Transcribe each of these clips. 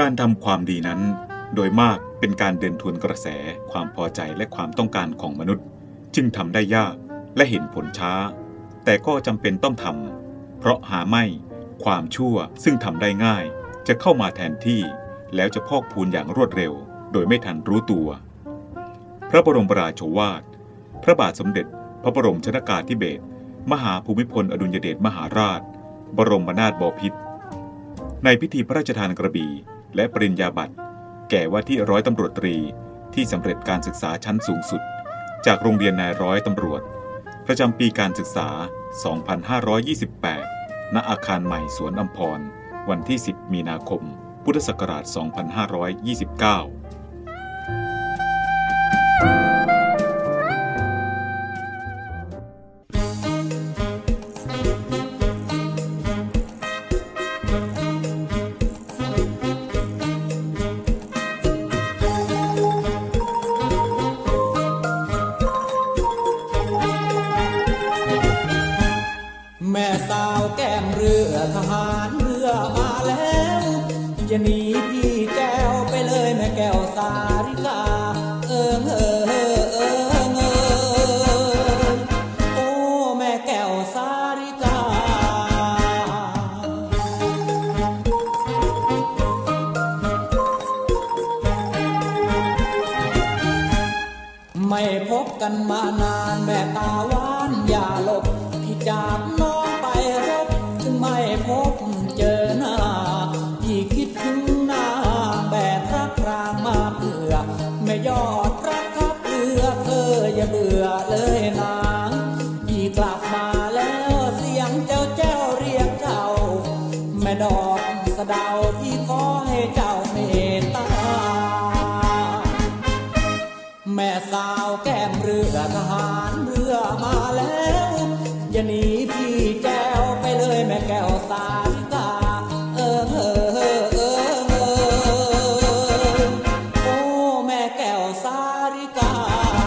การทำความดีนั้นโดยมากเป็นการเดินทวนกระแสความพอใจและความต้องการของมนุษย์จึงทำได้ยากและเห็นผลช้าแต่ก็จำเป็นต้องทำเพราะหาไม่ความชั่วซึ่งทำได้ง่ายจะเข้ามาแทนที่แล้วจะพอกพูนอย่างรวดเร็วโดยไม่ทันรู้ตัวพระบรมราโชวาทพระบาทสมเด็จพระบรมชนกาธิเบศรมหาภูมิพลอดุลยเดชมหาราชบรมนาถบพิตรในพิธีพระราชทานกระบี่และปริญญาบัตรแก่ว่าที่ร้อยตำรวจตรีที่สำเร็จการศึกษาชั้นสูงสุดจากโรงเรียนนายร้อยตำรวจประจำปีการศึกษา 2528 ณ อาคารใหม่สวนอัมพรวันที่ 10 มีนาคม พุทธศักราช 2529 แม่สาวแก้มเรือทหารเรือมาแล้วอย่าหนีพี่แก้วไปเลยแม่แก้วสาริกาโอ้แม่แก้วสาริกาไม่พบกันมานานแม่ตาหวานอย่าหลบพี่จากน้องไปรบถึงไม่พบเจอหน้าพี่คิดถึงหน้าแบกรักรางมาเพื่อไม่ยอดรักทับเรือเธออย่าเบื่อเลยนะพี่กลับมาแล้วเสียงเจ้าแจ้วเรียกเจ้าแม่ดอกสะเดาพี่ขอให้เจ้าเมตตาแม่สาวแก้มเรือทหารเรือมาแล้วอย่าหนีพี่แก้วไปเลยแม่แก้วสาริกาโอ้แม่แก้วสาริกา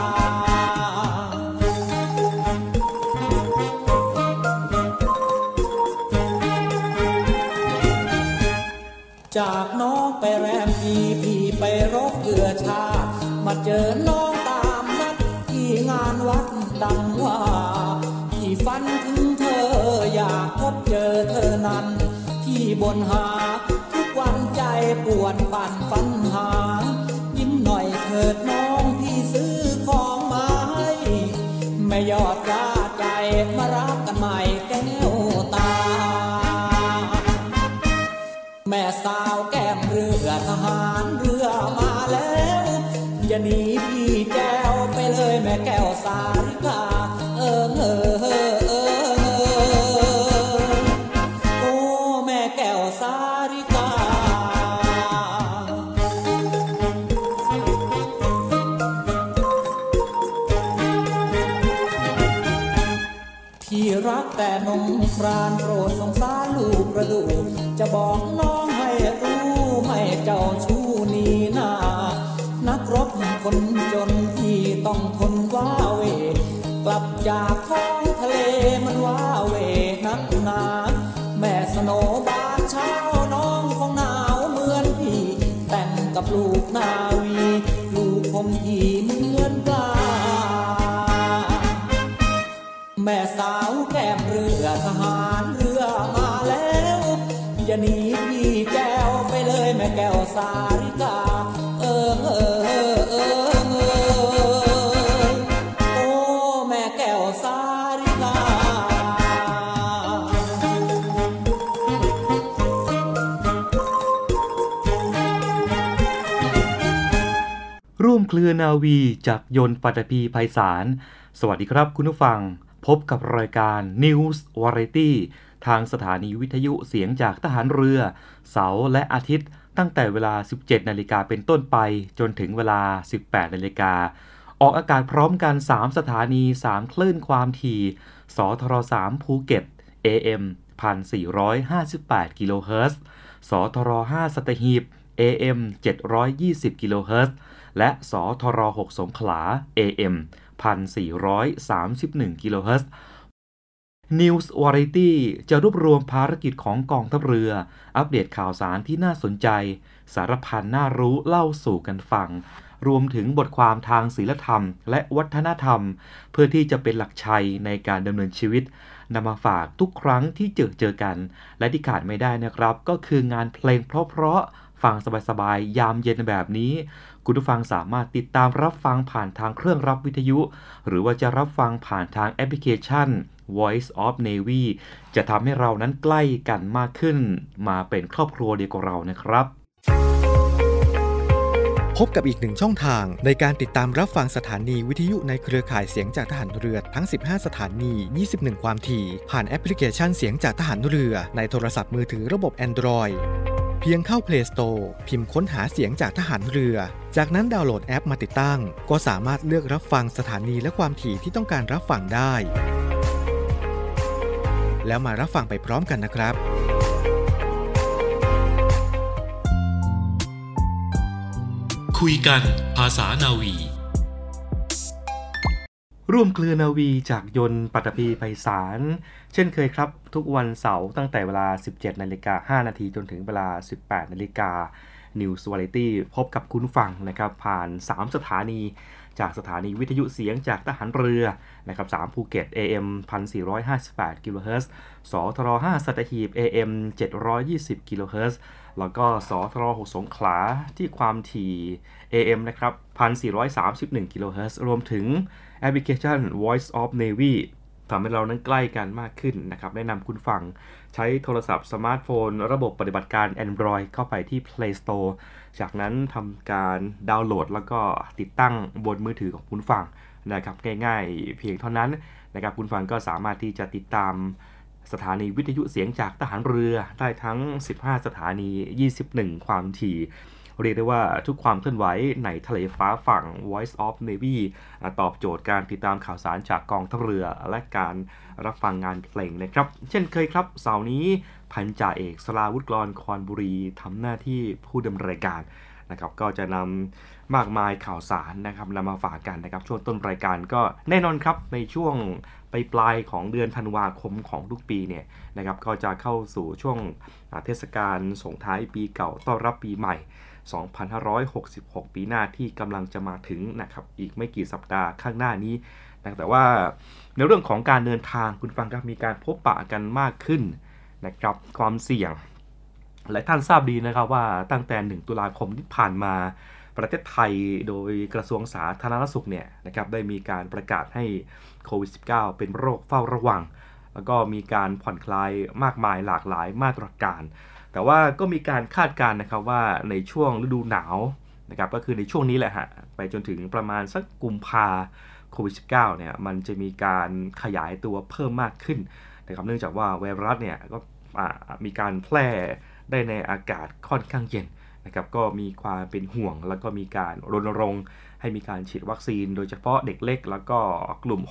จากน้องไปแรมพี่ไปรบเรือชาติมาเจอน้องตามนัดที่งานวัดดังว่าที่ฝันถึงเธออยากพบเจอเธอนั้นที่บนหาทุกวันใจปวดปั่นฝันหายิ้มหน่อยเถิดน้องพี่ซื้อของมาให้ไม่ยอดกล้าใจมารักกันใหม่แก้วตาแม่สาวแก้มเรือทหารเรือมาแล้วอย่าหนีพี่แก้วไปเลยแม่แก้วสาริกาโอ้แม่แก้วสาริกาที่รักแต่นงครานโปรดสงสารลูกประดูจะบอกน้องให้รู้ไม่เจ้าชู้นี่นานักรบคนจนที่ต้องทนว้าเวกลับจากท้องทะเลมันว้าเวนักหนาแม่สโนบานเช้าน้องของหนาวเหมือนพี่แต่งกับลูกนาวีลูกผมที่เหมือนปลาแม่สาวแก้มเรือทหารเรือมาแล้วอย่าหนีพี่แก้วไปเลยแม่แก้วสาริกาโอ้แม่แก้วสาริการ่วมเครือนาวีจากยนต์ปัตภีไพศาลสวัสดีครับคุณผู้ฟังพบกับรายการ News Variety ทางสถานีวิทยุเสียงจากทหารเรือเสาร์และอาทิตย์ตั้งแต่เวลา 17 นาฬิกาเป็นต้นไปจนถึงเวลา 18 นาฬิกาออกอากาศพร้อมกัน 3 สถานี 3 คลื่นความถี่สทร3ภูเก็ต AM 1458 กิโลเฮิรตซ์สทร5สัตหีบ AM 720 กิโลเฮิรตซ์และสทร6สงขลา AM 1431 กิโลเฮิรตซ์ News Variety จะรวบรวมภารกิจของกองทัพเรืออัปเดตข่าวสารที่น่าสนใจสารพันน่ารู้เล่าสู่กันฟังรวมถึงบทความทางศีลธรรมและวัฒนธรรมเพื่อที่จะเป็นหลักชัยในการดำเนินชีวิตนำมาฝากทุกครั้งที่เจอกันและที่ขาดไม่ได้นะครับก็คืองานเพลงเพราะๆฟังสบายๆยามเย็นแบบนี้คุณผู้ฟังสามารถติดตามรับฟังผ่านทางเครื่องรับวิทยุหรือว่าจะรับฟังผ่านทางแอปพลิเคชัน Voice of Navy จะทำให้เรานั้นใกล้กันมากขึ้นมาเป็นครอบครัวเดียวกับเรานะครับพบกับอีกหนึ่งช่องทางในการติดตามรับฟังสถานีวิทยุในเครือข่ายเสียงจากทหารเรือทั้ง15สถานี21ความถี่ผ่านแอปพลิเคชันเสียงจากทหารเรือในโทรศัพท์มือถือระบบ Android เพียงเข้า Play Store พิมพ์ค้นหาเสียงจากทหารเรือจากนั้นดาวน์โหลดแอปมาติดตั้งก็สามารถเลือกรับฟังสถานีและความถี่ที่ต้องการรับฟังได้แล้วมารับฟังไปพร้อมกันนะครับคุยกันภาษานาวีร่วมเครือนาวีจากยนต์ปัตภีไพศาลเช่นเคยครับทุกวันเสาร์ตั้งแต่เวลา 17:05 น.จนถึงเวลา 18:00 น. News Variety พบกับคุณฟังนะครับผ่าน3สถานีจากสถานีวิทยุเสียงจากทหารเรือนะครับ3ภูเก็ต AM 1458 กิโลเฮิรตซ์สทร5สัตหีบ AM 720 กิโลเฮิรตซ์แล้วก็สทร6สงขลาที่ความถี่ AM นะครับ1431 กิโลเฮิรตซ์รวมถึงแอปพลิเคชัน Voice of Navy ทำให้เรานั้นใกล้กันมากขึ้นนะครับแนะนำคุณฟังใช้โทรศัพท์สมาร์ทโฟนระบบปฏิบัติการ Android เข้าไปที่ Play Store จากนั้นทำการดาวน์โหลดแล้วก็ติดตั้งบนมือถือของคุณฟังนะครับง่ายๆเพียงเท่านั้นนะครับคุณฟังก็สามารถที่จะติดตามสถานีวิทยุเสียงจากทหารเรือได้ทั้ง15สถานี21ความถี่เรียกได้ว่าทุกความเคลื่อนไหวในทะเลฟ้าฝั่ง Voice of Navy ตอบโจทย์การติดตามข่าวสารจากกองทัพเรือและการรับฟังงานเพลงนะครับเช่นเคยครับเสาร์นี้พันจ่าเอกสราวุฒิกรคอนบุรีทำหน้าที่ผู้ดำเนินรายการนะครับก็จะนำมากมายข่าวสารนะครับนำมาฝากกันนะครับช่วงต้นรายการก็แน่นอนครับในช่วงปลายของเดือนธันวาคมของทุกปีเนี่ยนะครับก็จะเข้าสู่ช่วงเทศกาลส่งท้ายปีเก่าต้อนรับปีใหม่2566 ปีหน้าที่กำลังจะมาถึงนะครับอีกไม่กี่สัปดาห์ข้างหน้านี้นะแต่ว่าในเรื่องของการเดินทางคุณฟังครับมีการพบปะกันมากขึ้นนะครับความเสี่ยงและท่านทราบดีนะครับว่าตั้งแต่1ตุลาคมที่ผ่านมาประเทศไทยโดยกระทรวงสาธารณสุขเนี่ยนะครับได้มีการประกาศให้โควิด -19 เป็นโรคเฝ้าระวังแล้วก็มีการผ่อนคลายมากมายหลากหลายมาตรการแต่ว่าก็มีการคาดการณ์นะครับว่าในช่วงฤดูหนาวนะครับก็คือในช่วงนี้แหละฮะไปจนถึงประมาณสักกุมภาโควิด -19 เนี่ยมันจะมีการขยายตัวเพิ่มมากขึ้นนะครับเนื่องจากว่าไวรัสเนี่ยก็มีการแพร่ได้ในอากาศค่อนข้างเย็นนะครับก็มีความเป็นห่วงแล้วก็มีการรณรงค์ให้มีการฉีดวัคซีนโดยเฉพาะเด็กเล็กแล้วก็กลุ่ม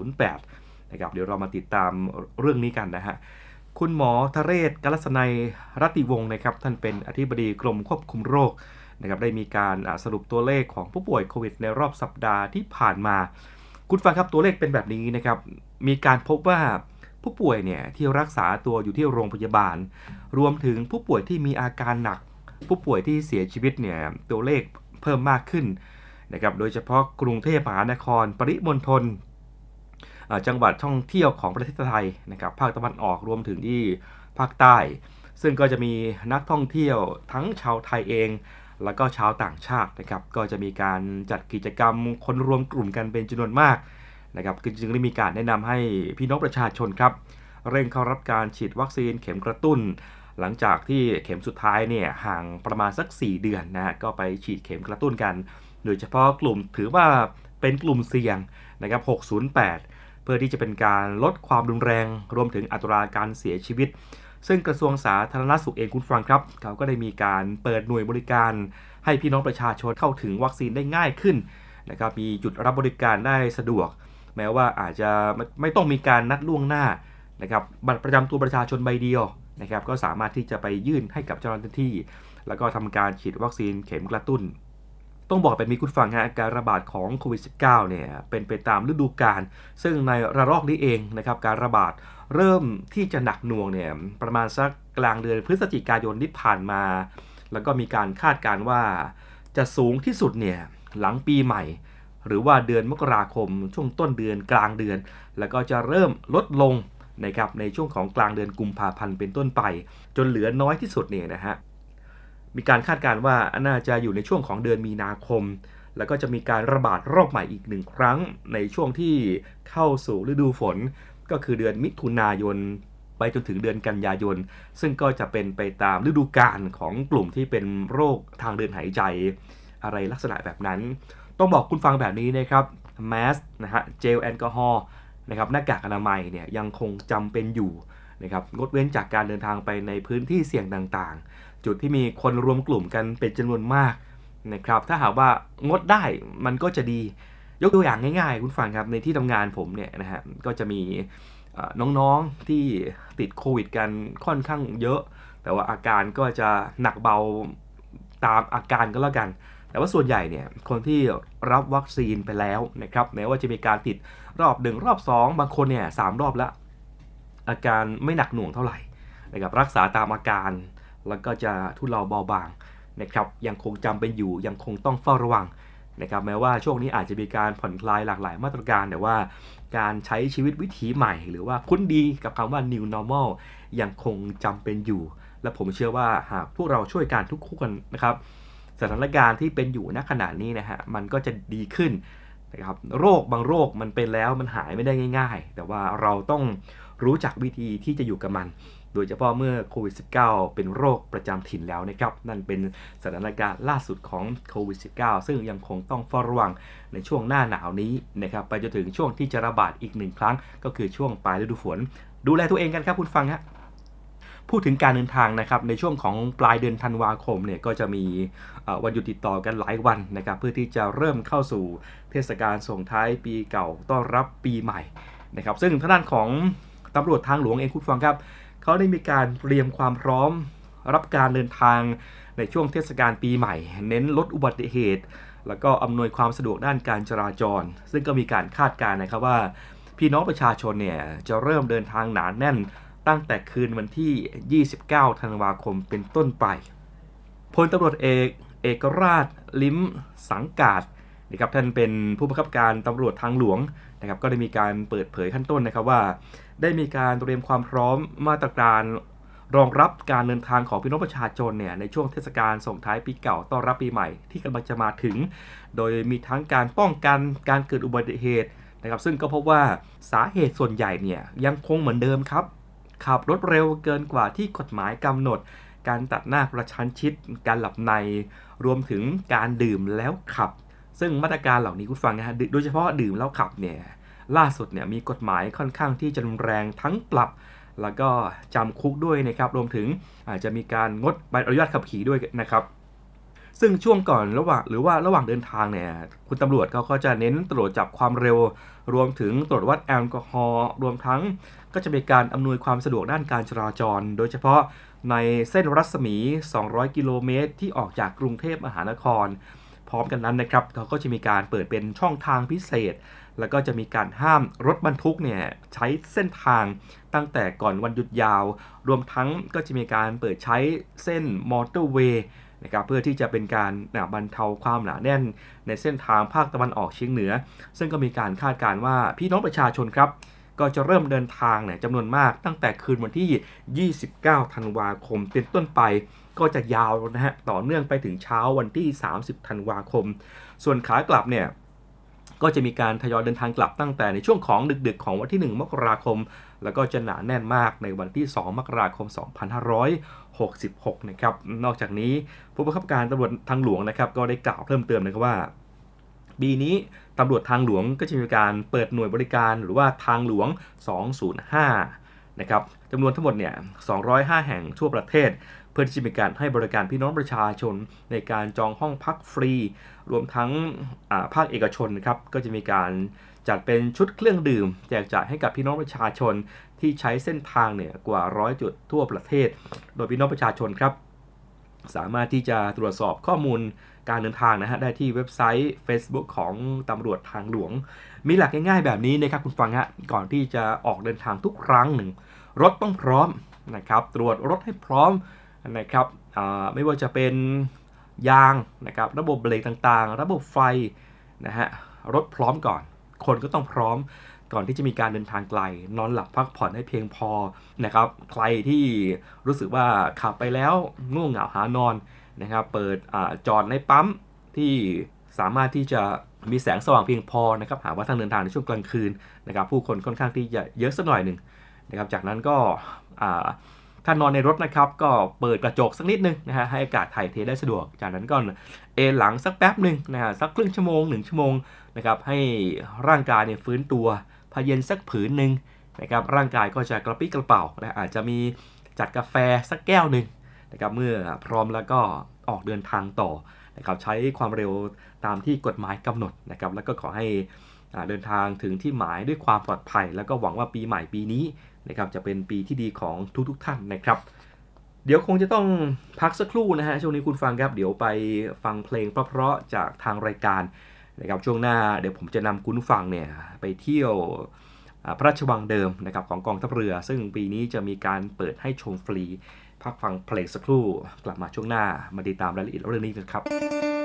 608นะครับเดี๋ยวเรามาติดตามเรื่องนี้กันนะฮะคุณหมอทเรศกัลสนัยรัตติวงศ์นะครับท่านเป็นอธิบดีกรมควบคุมโรคนะครับได้มีการสรุปตัวเลขของผู้ป่วยโควิดในรอบสัปดาห์ที่ผ่านมาคุณฟังครับตัวเลขเป็นแบบนี้นะครับมีการพบว่าผู้ป่วยเนี่ยที่รักษาตัวอยู่ที่โรงพยาบาลรวมถึงผู้ป่วยที่มีอาการหนักผู้ป่วยที่เสียชีวิตเนี่ยตัวเลขเพิ่มมากขึ้นนะครับโดยเฉพาะกรุงเทพมหานครปริมณฑลจังหวัดท่องเที่ยวของประเทศไทยนะครับภาคตะวันออกรวมถึงที่ภาคใต้ซึ่งก็จะมีนักท่องเที่ยวทั้งชาวไทยเองแล้วก็ชาวต่างชาตินะครับก็จะมีการจัดกิจกรรมคนรวมกลุ่มกันเป็นจำนวนมากนะครับจึงได้มีการแนะนำให้พี่น้องประชาชนครับเร่งเข้ารับการฉีดวัคซีนเข็มกระตุ้นหลังจากที่เข็มสุดท้ายเนี่ยห่างประมาณสัก4เดือนนะฮะก็ไปฉีดเข็มกระตุ้นกันโดยเฉพาะกลุ่มถือว่าเป็นกลุ่มเสี่ยงนะครับ608เพื่อที่จะเป็นการลดความรุนแรงรวมถึงอัตราการเสียชีวิตซึ่งกระทรวงสาธารณสุขเองคุณฟังครับเขาก็ได้มีการเปิดหน่วยบริการให้พี่น้องประชาชนเข้าถึงวัคซีนได้ง่ายขึ้นนะครับมีจุดรับบริการได้สะดวกแม้ว่าอาจจะไม่ต้องมีการนัดล่วงหน้านะครับบัตรประจำตัวประชาชนใบเดียวนะครับก็สามารถที่จะไปยื่นให้กับเจ้าหน้าที่แล้วก็ทำการฉีดวัคซีนเข็มกระตุ้นต้องบอกแบบนี้คุณฟังฮะการระบาดของโควิด -19 เนี่ยเป็นไปตามฤดูกาลซึ่งในระลอกนี้เองนะครับการระบาดเริ่มที่จะหนักหน่วงเนี่ยประมาณสักกลางเดือนพฤศจิกายนที่ผ่านมาแล้วก็มีการคาดการณ์ว่าจะสูงที่สุดเนี่ยหลังปีใหม่หรือว่าเดือนมกราคมช่วงต้นเดือนกลางเดือนแล้วก็จะเริ่มลดลงนะครับในช่วงของกลางเดือนกุมภาพันธ์เป็นต้นไปจนเหลือน้อยที่สุดเนี่ยนะฮะมีการคาดการณ์ว่าน่าจะอยู่ในช่วงของเดือนมีนาคมแล้วก็จะมีการระบาดรอบใหม่อีก1ครั้งในช่วงที่เข้าสู่ฤดูฝนก็คือเดือนมิถุนายนไปจนถึงเดือนกันยายนซึ่งก็จะเป็นไปตามฤดูกาลของกลุ่มที่เป็นโรคทางเดินหายใจอะไรลักษณะแบบนั้นต้องบอกคุณฟังแบบนี้นะครับแมสนะฮะเจลแอลกอฮอล์นะครับหน้ากากอนามัยเนี่ยยังคงจำเป็นอยู่นะครับงดเว้นจากการเดินทางไปในพื้นที่เสี่ยงต่างๆจุดที่มีคนรวมกลุ่มกันเป็นจำนวนมากนะครับถ้าหากว่างดได้มันก็จะดียกตัวอย่างง่ายๆคุณฟังครับในที่ทำงานผมเนี่ยนะฮะก็จะมีน้องๆที่ติดโควิดกันค่อนข้างเยอะแต่ว่าอาการก็จะหนักเบาตามอาการก็แล้วกันแต่ว่าส่วนใหญ่เนี่ยคนที่รับวัคซีนไปแล้วนะครับแม้ว่าจะมีการติดรอบ1รอบ2บางคนเนี่ย3รอบแล้วอาการไม่หนักหน่วงเท่าไหร่นะครับรักษาตามอาการแล้วก็จะทุเลาเบาบางนะครับยังคงจำเป็นอยู่ยังคงต้องเฝ้าระวังนะครับแม้ว่าช่วงนี้อาจจะมีการผ่อนคลายหลากหลายมาตรการแต่ว่าการใช้ชีวิตวิถีใหม่หรือว่าคุ้นดีกับคำว่า new normal ยังคงจำเป็นอยู่และผมเชื่อว่าหากพวกเราช่วยกันทุกคนนะครับสถานการณ์ที่เป็นอยู่ณขณะนี้นะฮะมันก็จะดีขึ้นนะครับโรคบางโรคมันเป็นแล้วมันหายไม่ได้ง่ายๆแต่ว่าเราต้องรู้จักวิธีที่จะอยู่กับมันโดยเฉพาะเมื่อโควิด -19 เป็นโรคประจำถิ่นแล้วนะครับนั่นเป็นสถานการณ์ล่าสุดของโควิด -19 ซึ่งยังคงต้องเฝ้าระวังในช่วงหน้าหนาวนี้นะครับไปจนถึงช่วงที่จะระบาดอีก1ครั้งก็คือช่วงปลายฤดูฝนดูแลตัวเองกันครับคุณฟังฮะพูดถึงการเดินทางนะครับในช่วงของปลายเดือนธันวาคมเนี่ยก็จะมีวันหยุดติดต่อกันหลายวันนะครับเพื่อที่จะเริ่มเข้าสู่เทศกาลส่งท้ายปีเก่าต้อนรับปีใหม่นะครับซึ่งทางด้านของตำรวจทางหลวงเองคุณฟังครับเขาได้มีการเตรียมความพร้อมรับการเดินทางในช่วงเทศกาลปีใหม่เน้นลดอุบัติเหตุแล้วก็อำนวยความสะดวกด้านการจราจรซึ่งก็มีการคาดการณ์นะครับว่าพี่น้องประชาชนเนี่ยจะเริ่มเดินทางหนาแน่นตั้งแต่คืนวันที่29ธันวาคมเป็นต้นไปพลตำรวจเอกราชลิ้มสังกาศนะครับท่านเป็นผู้บังคับการตำรวจทางหลวงนะครับก็ได้มีการเปิดเผยขั้นต้นนะครับว่าได้มีการเตรียมความพร้อมมาตรการรองรับการเดินทางของพี่น้องประชาชนเนี่ยในช่วงเทศกาลส่งท้ายปีเก่าต้อนรับปีใหม่ที่กำลังจะมาถึงโดยมีทั้งการป้องกันการเกิดอุบัติเหตุนะครับซึ่งก็พบว่าสาเหตุส่วนใหญ่เนี่ยยังคงเหมือนเดิมครับขับรถเร็วเกินกว่าที่กฎหมายกำหนดการตัดหน้ากระชั้นชิดการหลับในรวมถึงการดื่มแล้วขับซึ่งมาตรการเหล่านี้คุณฟังนะฮะโดยเฉพาะดื่มแล้วขับเนี่ยล่าสุดเนี่ยมีกฎหมายค่อนข้างที่จะรุนแรงทั้งปรับแล้วก็จำคุกด้วยนะครับรวมถึงอาจจะมีการงดใบอนุญาตขับขี่ด้วยนะครับซึ่งช่วงก่อนระหว่างเดินทางเนี่ยคุณตำรวจเขาก็จะเน้นตรวจจับความเร็วรวมถึงตรวจวัดแอลกอฮอล์รวมทั้งก็จะมีการอำนวยความสะดวกด้านการจราจรโดยเฉพาะในเส้นรัศมี200กิโลเมตรที่ออกจากกรุงเทพมหานครพร้อมกันนั้นนะครับเขาก็จะมีการเปิดเป็นช่องทางพิเศษแล้วก็จะมีการห้ามรถบรรทุกเนี่ยใช้เส้นทางตั้งแต่ก่อนวันหยุดยาวรวมทั้งก็จะมีการเปิดใช้เส้นมอเตอร์เวย์นะครับเพื่อที่จะเป็นการบรรเทาความหนาแน่นในเส้นทางภาคตะวันออกเฉียงเหนือซึ่งก็มีการคาดการณ์ว่าพี่น้องประชาชนครับก็จะเริ่มเดินทางเนี่ยจำนวนมากตั้งแต่คืนวันที่29ธันวาคมเป็นต้นไปก็จะยาวนะฮะต่อเนื่องไปถึงเช้าวันที่30ธันวาคมส่วนขากลับเนี่ยก็จะมีการทยอยเดินทางกลับตั้งแต่ในช่วงของดึกๆของวันที่1มกราคมแล้วก็จะหนาแน่นมากในวันที่2มกราคม2566นะครับนอกจากนี้ผู้บังคับการตำรวจทางหลวงนะครับก็ได้กล่าวเพิ่มเติมนะครับว่าปีนี้ตำรวจทางหลวงก็จะมีการเปิดหน่วยบริการหรือว่าทางหลวง205นะครับจำนวนทั้งหมดเนี่ย205แห่งทั่วประเทศเพื่อที่จะมีการให้บริการพี่น้องประชาชนในการจองห้องพักฟรีรวมทั้งภาคเอกชนครับก็จะมีการจัดเป็นชุดเครื่องดื่มแจกจ่ายให้กับพี่น้องประชาชนที่ใช้เส้นทางเนี่ยกว่า100จุดทั่วประเทศโดยพี่น้องประชาชนครับสามารถที่จะตรวจสอบข้อมูลการเดินทางนะฮะได้ที่เว็บไซต์ Facebook ของตำรวจทางหลวงมีหลักง่ายๆแบบนี้นะครับคุณฟังฮะก่อนที่จะออกเดินทางทุกครั้งหนึ่งรถต้องพร้อมนะครับตรวจรถให้พร้อมนะครับไม่ว่าจะเป็นยางนะครับระบบเบรกต่างๆระบบไฟนะฮะรถพร้อมก่อนคนก็ต้องพร้อมก่อนที่จะมีการเดินทางไกลนอนหลับพักผ่อนให้เพียงพอนะครับใครที่รู้สึกว่าขับไปแล้วง่วงเหงาหานอนนะครับเปิดจอดในปั๊มที่สามารถที่จะมีแสงสว่างเพียงพอนะครับหาว่าทางเดินทางในช่วงกลางคืนนะครับผู้คนค่อนข้างที่จะเยอะสักหน่อยหนึ่งนะครับจากนั้นก็ถ้านอนในรถนะครับก็เปิดกระจกสักนิดนึงนะฮะให้อากาศถ่ายเทได้สะดวกจากนั้นก็เอนหลังสักแป๊บนึงนะฮะสักครึ่งชั่วโมง1ชั่วโมงนะครับให้ร่างกายเนี่ยฟื้นตัวพาเย็นสักผืนนึงนะครับร่างกายก็จะกระปี้กระเป๋านะอาจจะมีจัดกาแฟสักแก้วนึงนะครับเมื่อพร้อมแล้วก็ออกเดินทางต่อนะครับใช้ความเร็วตามที่กฎหมายกำหนดนะครับแล้วก็ขอให้เดินทางถึงที่หมายด้วยความปลอดภัยแล้วก็หวังว่าปีใหม่ปีนี้นะครับจะเป็นปีที่ดีของทุกท่านนะครับเดี๋ยวคงจะต้องพักสักครู่นะฮะช่วงนี้คุณฟังครับเดี๋ยวไปฟังเพลงเพราะๆจากทางรายการนะครับช่วงหน้าเดี๋ยวผมจะนำคุณฟังเนี่ยไปเที่ยวพระราชวังเดิมนะครับของกองทัพเรือซึ่งปีนี้จะมีการเปิดให้ชมฟรีพักฟังเพลงสักครู่กลับมาช่วงหน้ามาติดตามรายละเอียดเรื่องนี้กันครับ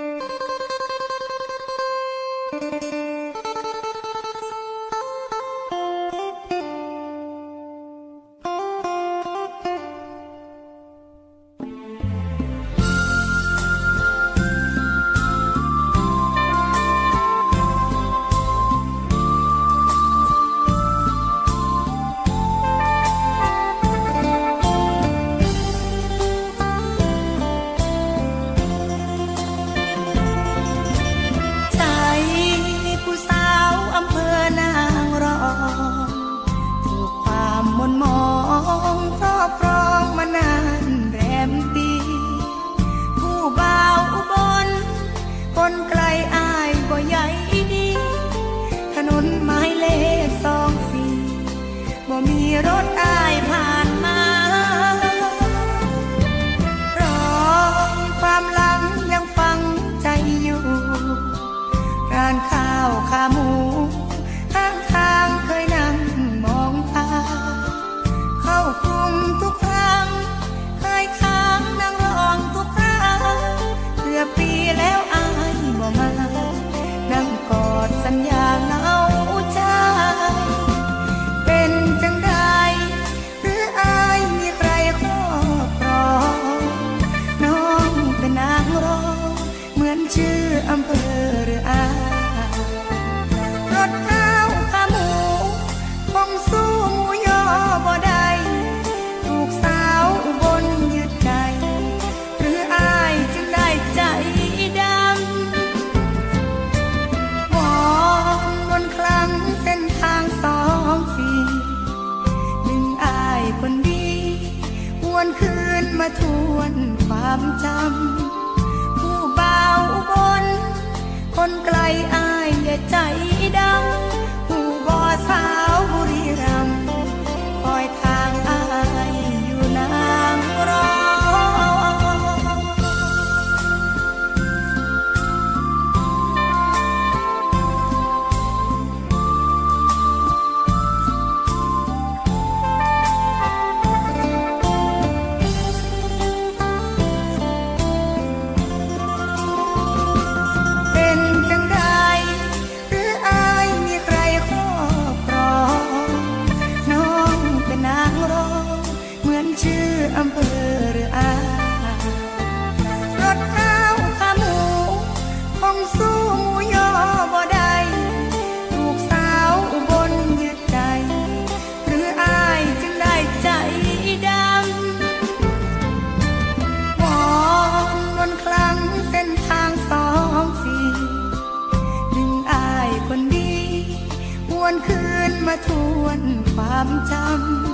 มาทวนความจำผู้บ่าวอุบลคนไกลอ้ายอย่าใจดำผู้บ่อสาวบุรีรัมย์คอยทางอ้ายอยู่นางรออำเภอหรืออารถข้าวขาหมูคงสู้หมูยอบ่ได้ถูกสาวอุบลยึดใจหรืออายจึงได้ใจดำวอนวนครั้งเส้นทาง24ดึงอายคนดีหวนคืนมาทวนความจำ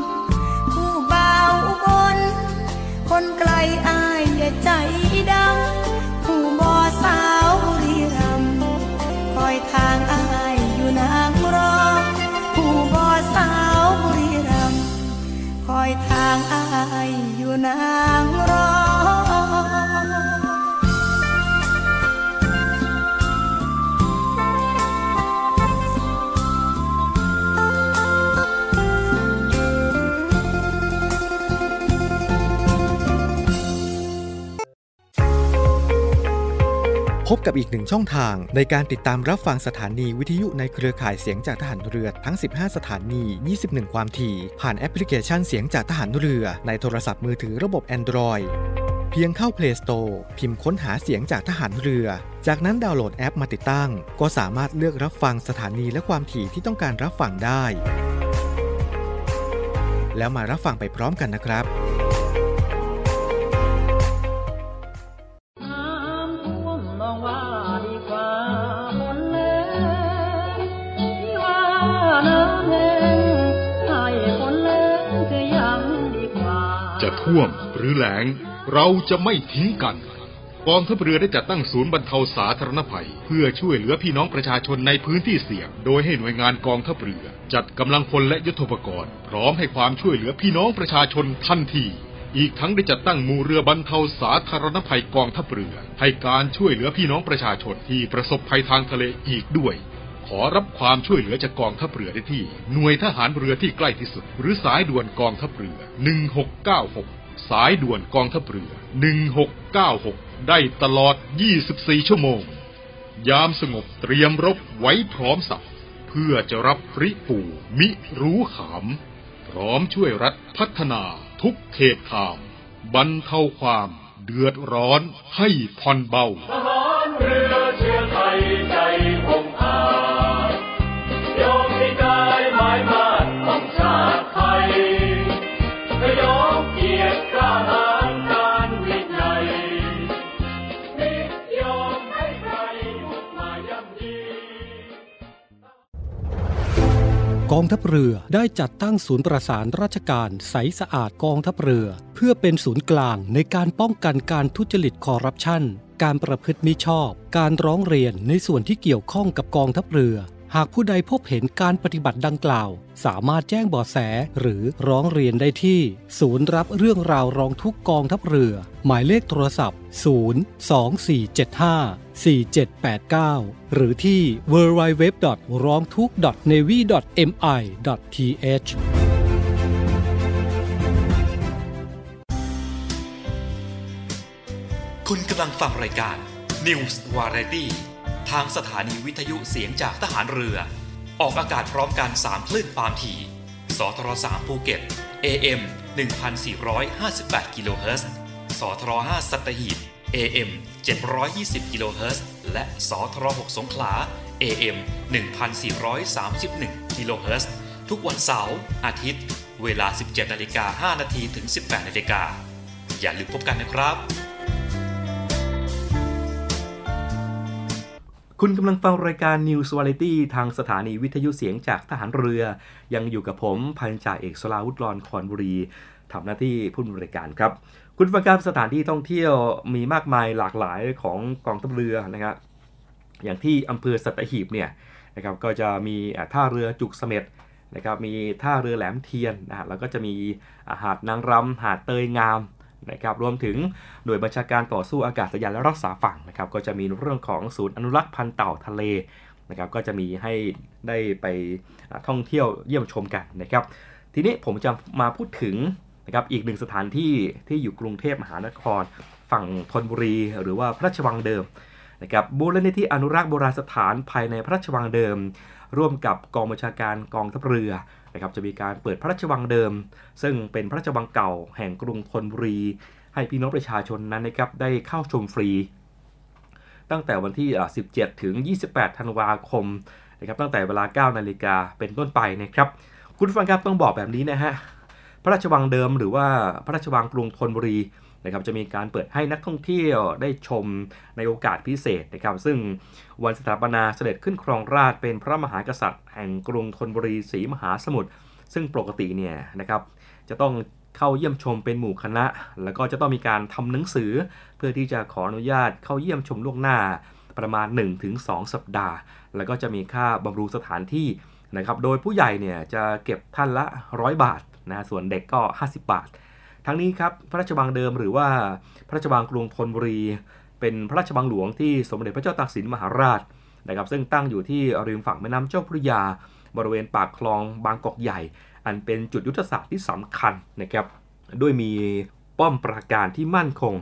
อุบลคนไกลอ้ายอย่าใจดำผู้บ่อสาวบุรีรัมย์คอยทางอ้ายอยู่นางรอผู้บ่อสาวบุรีรัมย์คอยทางอ้ายอยู่นางรอพบกับอีกหนึ่งช่องทางในการติดตามรับฟังสถานีวิทยุในเครือข่ายเสียงจากทหารเรือทั้ง 15 สถานี 21 ความถี่ผ่านแอปพลิเคชันเสียงจากทหารเรือในโทรศัพท์มือถือระบบ Android เพียงเข้า Play Store พิมพ์ค้นหาเสียงจากทหารเรือจากนั้นดาวน์โหลดแอปมาติดตั้งก็สามารถเลือกรับฟังสถานีและความถี่ที่ต้องการรับฟังได้แล้วมารับฟังไปพร้อมกันนะครับจะท่วมหรือแล้งเราจะไม่ทิ้งกันกองทัพเรือได้จัดตั้งศูนย์บรรเทาสาธารณภัยเพื่อช่วยเหลือพี่น้องประชาชนในพื้นที่เสี่ยงโดยให้หน่วยงานกองทัพเรือจัดกำลังพลและยุทโธปกรณ์พร้อมให้ความช่วยเหลือพี่น้องประชาชนทันทีอีกทั้งได้จัดตั้งหมู่เรือบรรเทาสาธารณภัยกองทัพเรือให้การช่วยเหลือพี่น้องประชาชนที่ประสบภัยทางทะเลอีกด้วยขอรับความช่วยเหลือจากกองทัพเรือได้ที่หน่วยทหารเรือที่ใกล้ที่สุดหรือสายด่วนกองทัพเรือ1696สายด่วนกองทัพเรือ1696ได้ตลอด24ชั่วโมงยามสงบเตรียมรบไว้พร้อมสับเพื่อจะรับริปูมิรู้ขามพร้อมช่วยรัฐพัฒนาทุกเขตข่าวบรรเทาความเดือดร้อนให้ผ่อนเบาทหารเรือเชื้อไทยใจคงอาจยอมให้กายหมายมั่นของชาติไทยยอมเกียรติกล้าหาญการวินัยไม่ยอมให้ใครมาย่ำยีกองทัพเรือได้จัดตั้งศูนย์ประสานราชการใสสะอาดกองทัพเรือเพื่อเป็นศูนย์กลางในการป้องกันการทุจริตคอร์รัปชันการประพฤติมิชอบการร้องเรียนในส่วนที่เกี่ยวข้องกับกองทัพเรือหากผู้ใดพบเห็นการปฏิบัติดังกล่าวสามารถแจ้งเบาะแสหรือร้องเรียนได้ที่ศูนย์รับเรื่องราวร้องทุกข์กองทัพเรือหมายเลขโทรศัพท์024754789หรือที่ www.rongthuk.navy.mi.th คุณกำลังฟังรายการ News Variety ทางสถานีวิทยุเสียงจากทหารเรือออกอากาศพร้อมกัน3คลื่นความถี่สทร3ภูเก็ต AM 1458 กิโลเฮิรตซ์สทร5สัตหีบ AM 720 กิโลเฮิรตซ์และสทร6สงขลา AM 1431 กิโลเฮิรตซ์ทุกวันเสาร์อาทิตย์เวลา 17:05 น.ถึง 18:00 น.อย่าลืมพบกันนะครับคุณกำลังฟังรายการ News Variety ทางสถานีวิทยุเสียงจากทหารเรือยังอยู่กับผมพันจ่าเอกสราวุฒิ รอนคอนบุรีทำหน้าที่ผู้ดำเนินรายการครับคุณฟังครับสถานที่ท่องเที่ยวมีมากมายหลากหลายของกองทัพเรือนะครับอย่างที่อำเภอสัตหีบเนี่ยนะครับก็จะมีท่าเรือจุกเสม็ดนะครับมีท่าเรือแหลมเทียนนะแล้วก็จะมีหาดนางรำหาดเตยงามนะครับรวมถึงหน่วยบัญชาการต่อสู้อากาศยานและรักษาฝั่งนะครับก็จะมีเรื่องของศูนย์อนุรักษ์พันธุ์เต่าทะเลนะครับก็จะมีให้ได้ไปท่องเที่ยวเยี่ยมชมกันนะครับทีนี้ผมจะมาพูดถึงนะครับอีกหนึ่งสถานที่ที่อยู่กรุงเทพมหานครฝั่งธนบุรีหรือว่าพระราชวังเดิมนะครับมูลนิธิอนุรักษ์โบราณสถานภายในพระราชวังเดิมร่วมกับกองบัญชาการกองทัพเรือนะครับจะมีการเปิดพระราชวังเดิมซึ่งเป็นพระราชวังเก่าแห่งกรุงธนบุรีให้พี่น้องประชาชนนั้นนะครับได้เข้าชมฟรีตั้งแต่วันที่17ถึง28ธันวาคมนะครับตั้งแต่เวลา 9 นาฬิกาเป็นต้นไปนะครับคุณผู้ฟังครับต้องบอกแบบนี้นะฮะพระราชวังเดิมหรือว่าพระราชวังกรุงธนบุรีนะครับจะมีการเปิดให้นักท่องเที่ยวได้ชมในโอกาสพิเศษนะครับซึ่งวันสถาปนาเสด็จขึ้นครองราชย์เป็นพระมหากษัตริย์แห่งกรุงธนบุรีศรีมหาสมุทรซึ่งปกติเนี่ยนะครับจะต้องเข้าเยี่ยมชมเป็นหมู่คณะแล้วก็จะต้องมีการทำหนังสือเพื่อที่จะขออนุญาตเข้าเยี่ยมชมล่วงหน้าประมาณ 1-2 สัปดาห์แล้วก็จะมีค่าบำรุงสถานที่นะครับโดยผู้ใหญ่เนี่ยจะเก็บท่านละ100 บาทนะส่วนเด็กก็50 บาททั้งนี้ครับพระราชวังเดิมหรือว่าพระราชวังกรุงธนบุรีเป็นพระราชวังหลวงที่สมเด็จพระเจ้าตากสินมหาราชนะครับซึ่งตั้งอยู่ที่ริมฝั่งแม่น้ำเจ้าพระยาบริเวณปากคลองบางกอกใหญ่อันเป็นจุดยุทธศาสตร์ที่สำคัญนะครับด้วยมีป้อมปราการที่มั่นคง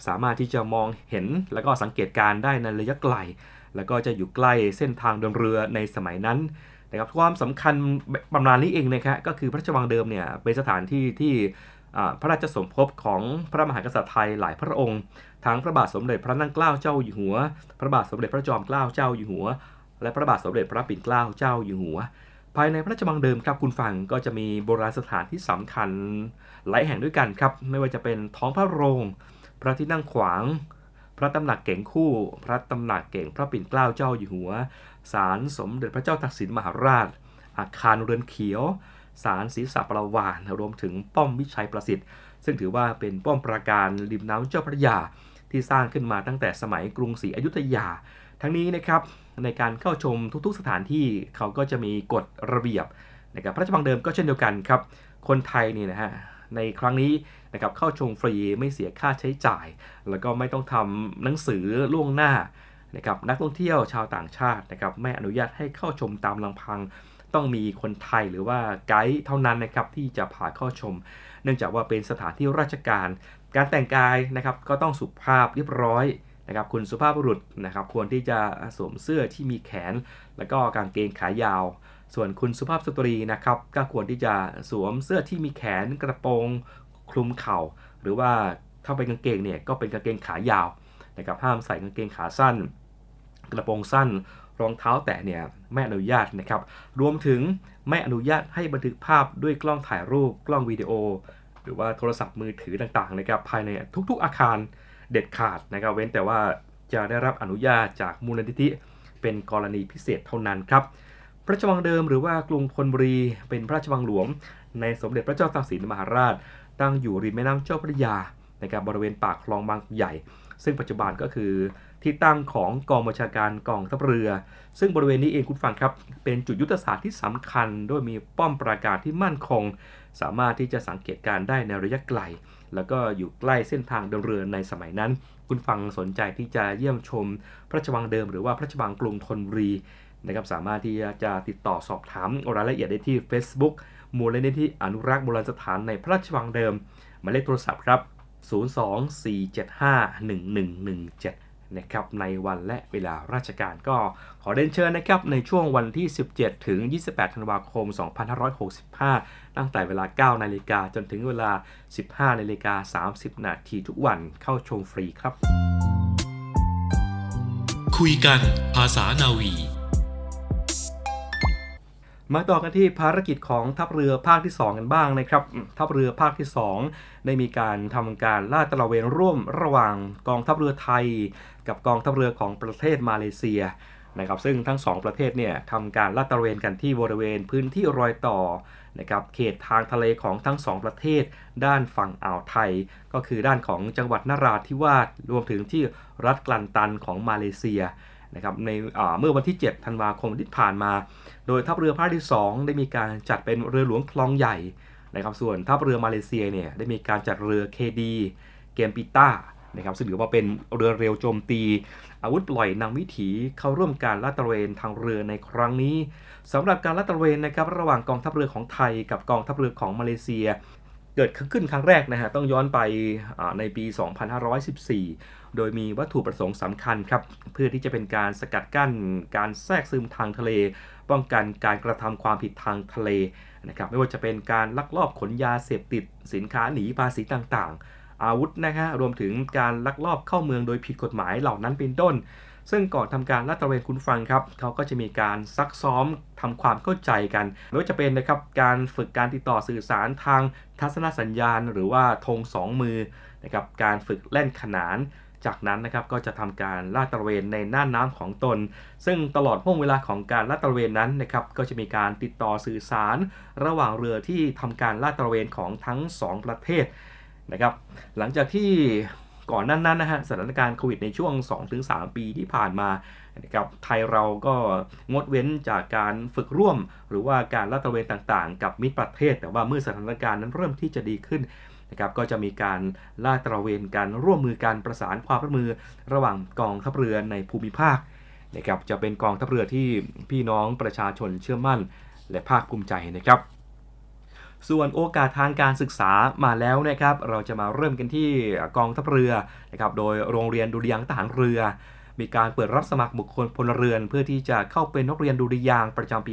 สามารถที่จะมองเห็นแล้วก็สังเกตการได้ในระยะไกลแล้วก็จะอยู่ใกล้เส้นทางเดินเรือในสมัยนั้นนะครับความสำคัญประมาณนี้เองนะครับก็คือพระราชวังเดิมเนี่ยเป็นสถานที่ที่พระราชสมภพของพระมหากษัตริย์ไทยหลายพระองค์ทั้งพระบาทสมเด็จพระนั่งเกล้าเจ้าอยู่หัวพระบาทสมเด็จพระจอมเกล้าเจ้าอยู่หัวและพระบาทสมเด็จพระปิ่นเกล้าเจ้าอยู่หัวภายในพระราชวังเดิมครับคุณฟังก็จะมีโบราณสถานที่สำคัญหลายแห่งด้วยกันครับไม่ว่าจะเป็นท้องพระโรงพระที่นั่งขวางพระตำหนักเก่งคู่พระตำหนักเก่งพระปิ่นเกล้าเจ้าอยู่หัวศาลสมเด็จพระเจ้าตากสินมหาราชอาคารเรือนเขียวศาลศรีษะปราวาสรวมถึงป้อมวิชัยประสิทธิ์ซึ่งถือว่าเป็นป้อมปราการริมน้ำเจ้าพระยาที่สร้างขึ้นมาตั้งแต่สมัยกรุงศรีอยุธยาทั้งนี้นะครับในการเข้าชมทุกๆสถานที่เขาก็จะมีกฎระเบียบนะครับพระราชวังเดิมก็เช่นเดียวกันครับคนไทยนี่นะฮะในครั้งนี้นะครับเข้าชมฟรีไม่เสียค่าใช้จ่ายแล้วก็ไม่ต้องทำหนังสือล่วงหน้านะครับนักท่องเที่ยวชาวต่างชาตินะครับไม่อนุญาตให้เข้าชมตามลำพังต้องมีคนไทยหรือว่าไกด์เท่านั้นนะครับที่จะพาเข้าชมเนื่องจากว่าเป็นสถานที่ราชการการแต่งกายนะครับก็ต้องสุภาพเรียบร้อยนะครับคุณสุภาพบุรุษนะครับควรที่จะสวมเสื้อที่มีแขนแล้วก็กางเกงขายาวส่วนคุณสุภาพสตรีนะครับก็ควรที่จะสวมเสื้อที่มีแขนกระโปรงคลุมเข่าหรือว่าถ้าเป็นกางเกงเนี่ยก็เป็นกางเกงขายาวนะครับห้ามใส่กางเกงขาสั้นกระโปรงสั้นรองเท้าแตะเนี่ยไม่อนุญาตนะครับรวมถึงไม่อนุญาตให้บันทึกภาพด้วยกล้องถ่ายรูปกล้องวิดีโอหรือว่าโทรศัพท์มือถือต่างๆนะครับภายในทุกๆอาคารเด็ดขาดนะครับเว้นแต่ว่าจะได้รับอนุญาตจากมูลนิธิเป็นกรณีพิเศษเท่านั้นครับพระราชวังเดิมหรือว่ากรุงธนบุรีเป็นพระราชวังหลวงในสมเด็จพระเจ้าตากสินมหาราชตั้งอยู่ริมแม่น้ำเจ้าพระยานะครับบริเวณปากคลองบางใหญ่ซึ่งปัจจุบันก็คือที่ตั้งของกองบัญชาการกองทัพเรือซึ่งบริเวณนี้เองคุณฟังครับเป็นจุดยุทธศาสตร์ที่สำคัญโดยมีป้อมปราการที่มั่นคงสามารถที่จะสังเกตการได้ในระยะไกลแล้วก็อยู่ใกล้เส้นทางเดินเรือในสมัยนั้นคุณฟังสนใจที่จะเยี่ยมชมพระราชวังเดิมหรือว่าพระราชวังกรุงธนบุรีนะครับสามารถที่จะติดต่อสอบถามรายละเอียดได้ที่ Facebook มูลนิธิอนุรักษ์โบราณสถานในพระราชวังเดิมหมายเลขโทรศัพท์ครับ024751117นะครับในวันและเวลาราชการก็ขอเรียนเชิญนะครับในช่วงวันที่17ถึง28ธันวาคม2565ตั้งแต่เวลา 9 นาฬิกาจนถึงเวลา 15 นาฬิกา 30 นาทีทุกวันเข้าชมฟรีครับคุยกันภาษานาวีมาต่อกันที่ภารกิจของทัพเรือภาคที่2กันบ้างนะครับทัพเรือภาคที่2ได้มีการทำการลาดตระเวนร่วมระหว่างกองทัพเรือไทยกับกองทัพเรือของประเทศมาเลเซียนะครับซึ่งทั้ง2ประเทศเนี่ยทำการลาดตระเวนกันที่บริเวณพื้นที่รอยต่อนะครับเขตทางทะเลของทั้ง2ประเทศด้านฝั่งอ่าวไทยก็คือด้านของจังหวัดนราธิวาสรวมถึงที่รัฐกลันตันของมาเลเซียนะครับในเมื่อวันที่7ธันวาคมที่ผ่านมาโดยทัพเรือภาคที่2ได้มีการจัดเป็นเรือหลวงคลองใหญ่นะครับส่วนทัพเรือมาเลเซียเนี่ยได้มีการจัดเรือ KD เกมปิต้านะครับซึ่งถือว่าเป็นเรือเร็วโจมตีอาวุธปล่อยนำวิถีเข้าร่วมการลาดตระเวนทางเรือในครั้งนี้สำหรับการลาดตระเวนนะครับระหว่างกองทัพเรือของไทยกับกองทัพเรือของมาเลเซียเกิดขึ้นครั้งแรกนะฮะต้องย้อนไปในปี 2514 โดยมีวัตถุประสงค์สำคัญครับเพื่อที่จะเป็นการสกัดกั้นการแทรกซึมทางทะเลป้องกันการกระทำความผิดทางทะเลนะครับไม่ว่าจะเป็นการลักลอบขนยาเสพติดสินค้าหนีภาษีต่างๆอาวุธนะฮะรวมถึงการลักลอบเข้าเมืองโดยผิดกฎหมายเหล่านั้นเป็นต้นซึ่งก่อนทำการลาดตระเวนคุณฟังครับเขาก็จะมีการซักซ้อมทำความเข้าใจกันไม่ว่าจะเป็นนะครับการฝึกการติดต่อสื่อสารทางทัศนสัญญาณหรือว่าธง2 มือนะครับการฝึกแล่นขนานจากนั้นนะครับก็จะทำการลาดตระเวนในน่านน้ำของตนซึ่งตลอดห่วงเวลาของการลาดตระเวนนั้นนะครับก็จะมีการติดต่อสื่อสารระหว่างเรือที่ทำการลาดตระเวนของทั้ง2ประเทศนะครับหลังจากที่ก่อนนั้นนะฮะสถานการณ์โควิดในช่วง 2-3 ปีที่ผ่านมานะครับไทยเราก็งดเว้นจากการฝึกร่วมหรือว่าการลาดตระเวนต่างๆกับมิตรประเทศแต่ว่าเมื่อสถานการณ์นั้นเริ่มที่จะดีขึ้นนะครับก็จะมีการลาดตระเวนกันร่วมมือกันประสานความร่วมมือระหว่างกองทัพเรือในภูมิภาคนะครับจะเป็นกองทัพเรือที่พี่น้องประชาชนเชื่อมั่นและภาคภูมิใจนะครับส่วนโอกาสทางการศึกษามาแล้วนะครับเราจะมาเริ่มกันที่กองทัพเรือนะครับโดยโรงเรียนดุริยางค์ทหารเรือมีการเปิดรับสมัครบุคคลพลเรือนเพื่อที่จะเข้าเป็นนักเรียนดุริยางค์ประจำปี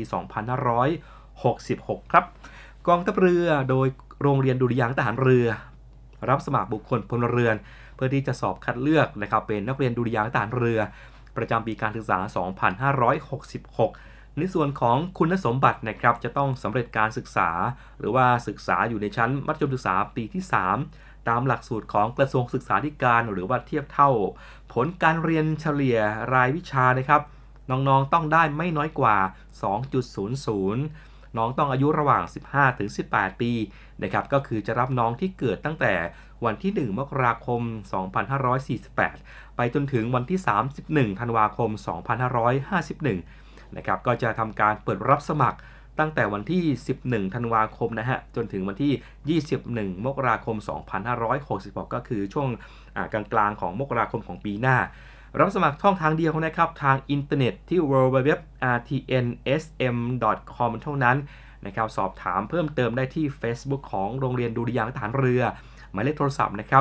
2566 ครับกองทัพเรือโดยโรงเรียนดุริยางค์ทหารเรือรับสมัครบุคคลพลเรือนเพื่อที่จะสอบคัดเลือกนะครับเป็นนักเรียนดุริยางค์ทหารเรือประจำปีการศึกษา 2566 ในส่วนของคุณสมบัตินะครับจะต้องสำเร็จการศึกษาหรือว่าศึกษาอยู่ในชั้นมัธยมศึกษาปีที่ 3 ตามหลักสูตรของกระทรวงศึกษาธิการหรือว่าเทียบเท่าผลการเรียนเฉลี่ยรายวิชานะครับน้องๆต้องได้ไม่น้อยกว่า 2.00 น้องต้องอายุระหว่าง 15-18 ปีนะครับก็คือจะรับน้องที่เกิดตั้งแต่วันที่ 1 มกราคม 2548 ไปจนถึงวันที่ 31 ธันวาคม 2551 นะครับก็จะทำการเปิดรับสมัครตั้งแต่วันที่ 11 ธันวาคมนะฮะจนถึงวันที่ 21 มกราคม 2566 ก็คือช่วงกลางๆของมกราคมของปีหน้ารับสมัครช่องทางเดียวนะครับทางอินเทอร์เน็ตที่ www.rtnsm.com เท่านั้นนะครับสอบถามเพิ่มเติมได้ที่ Facebook ของโรงเรียนดุริยางค์ทหารเรือหมายเลขโทรศัพท์นะครับ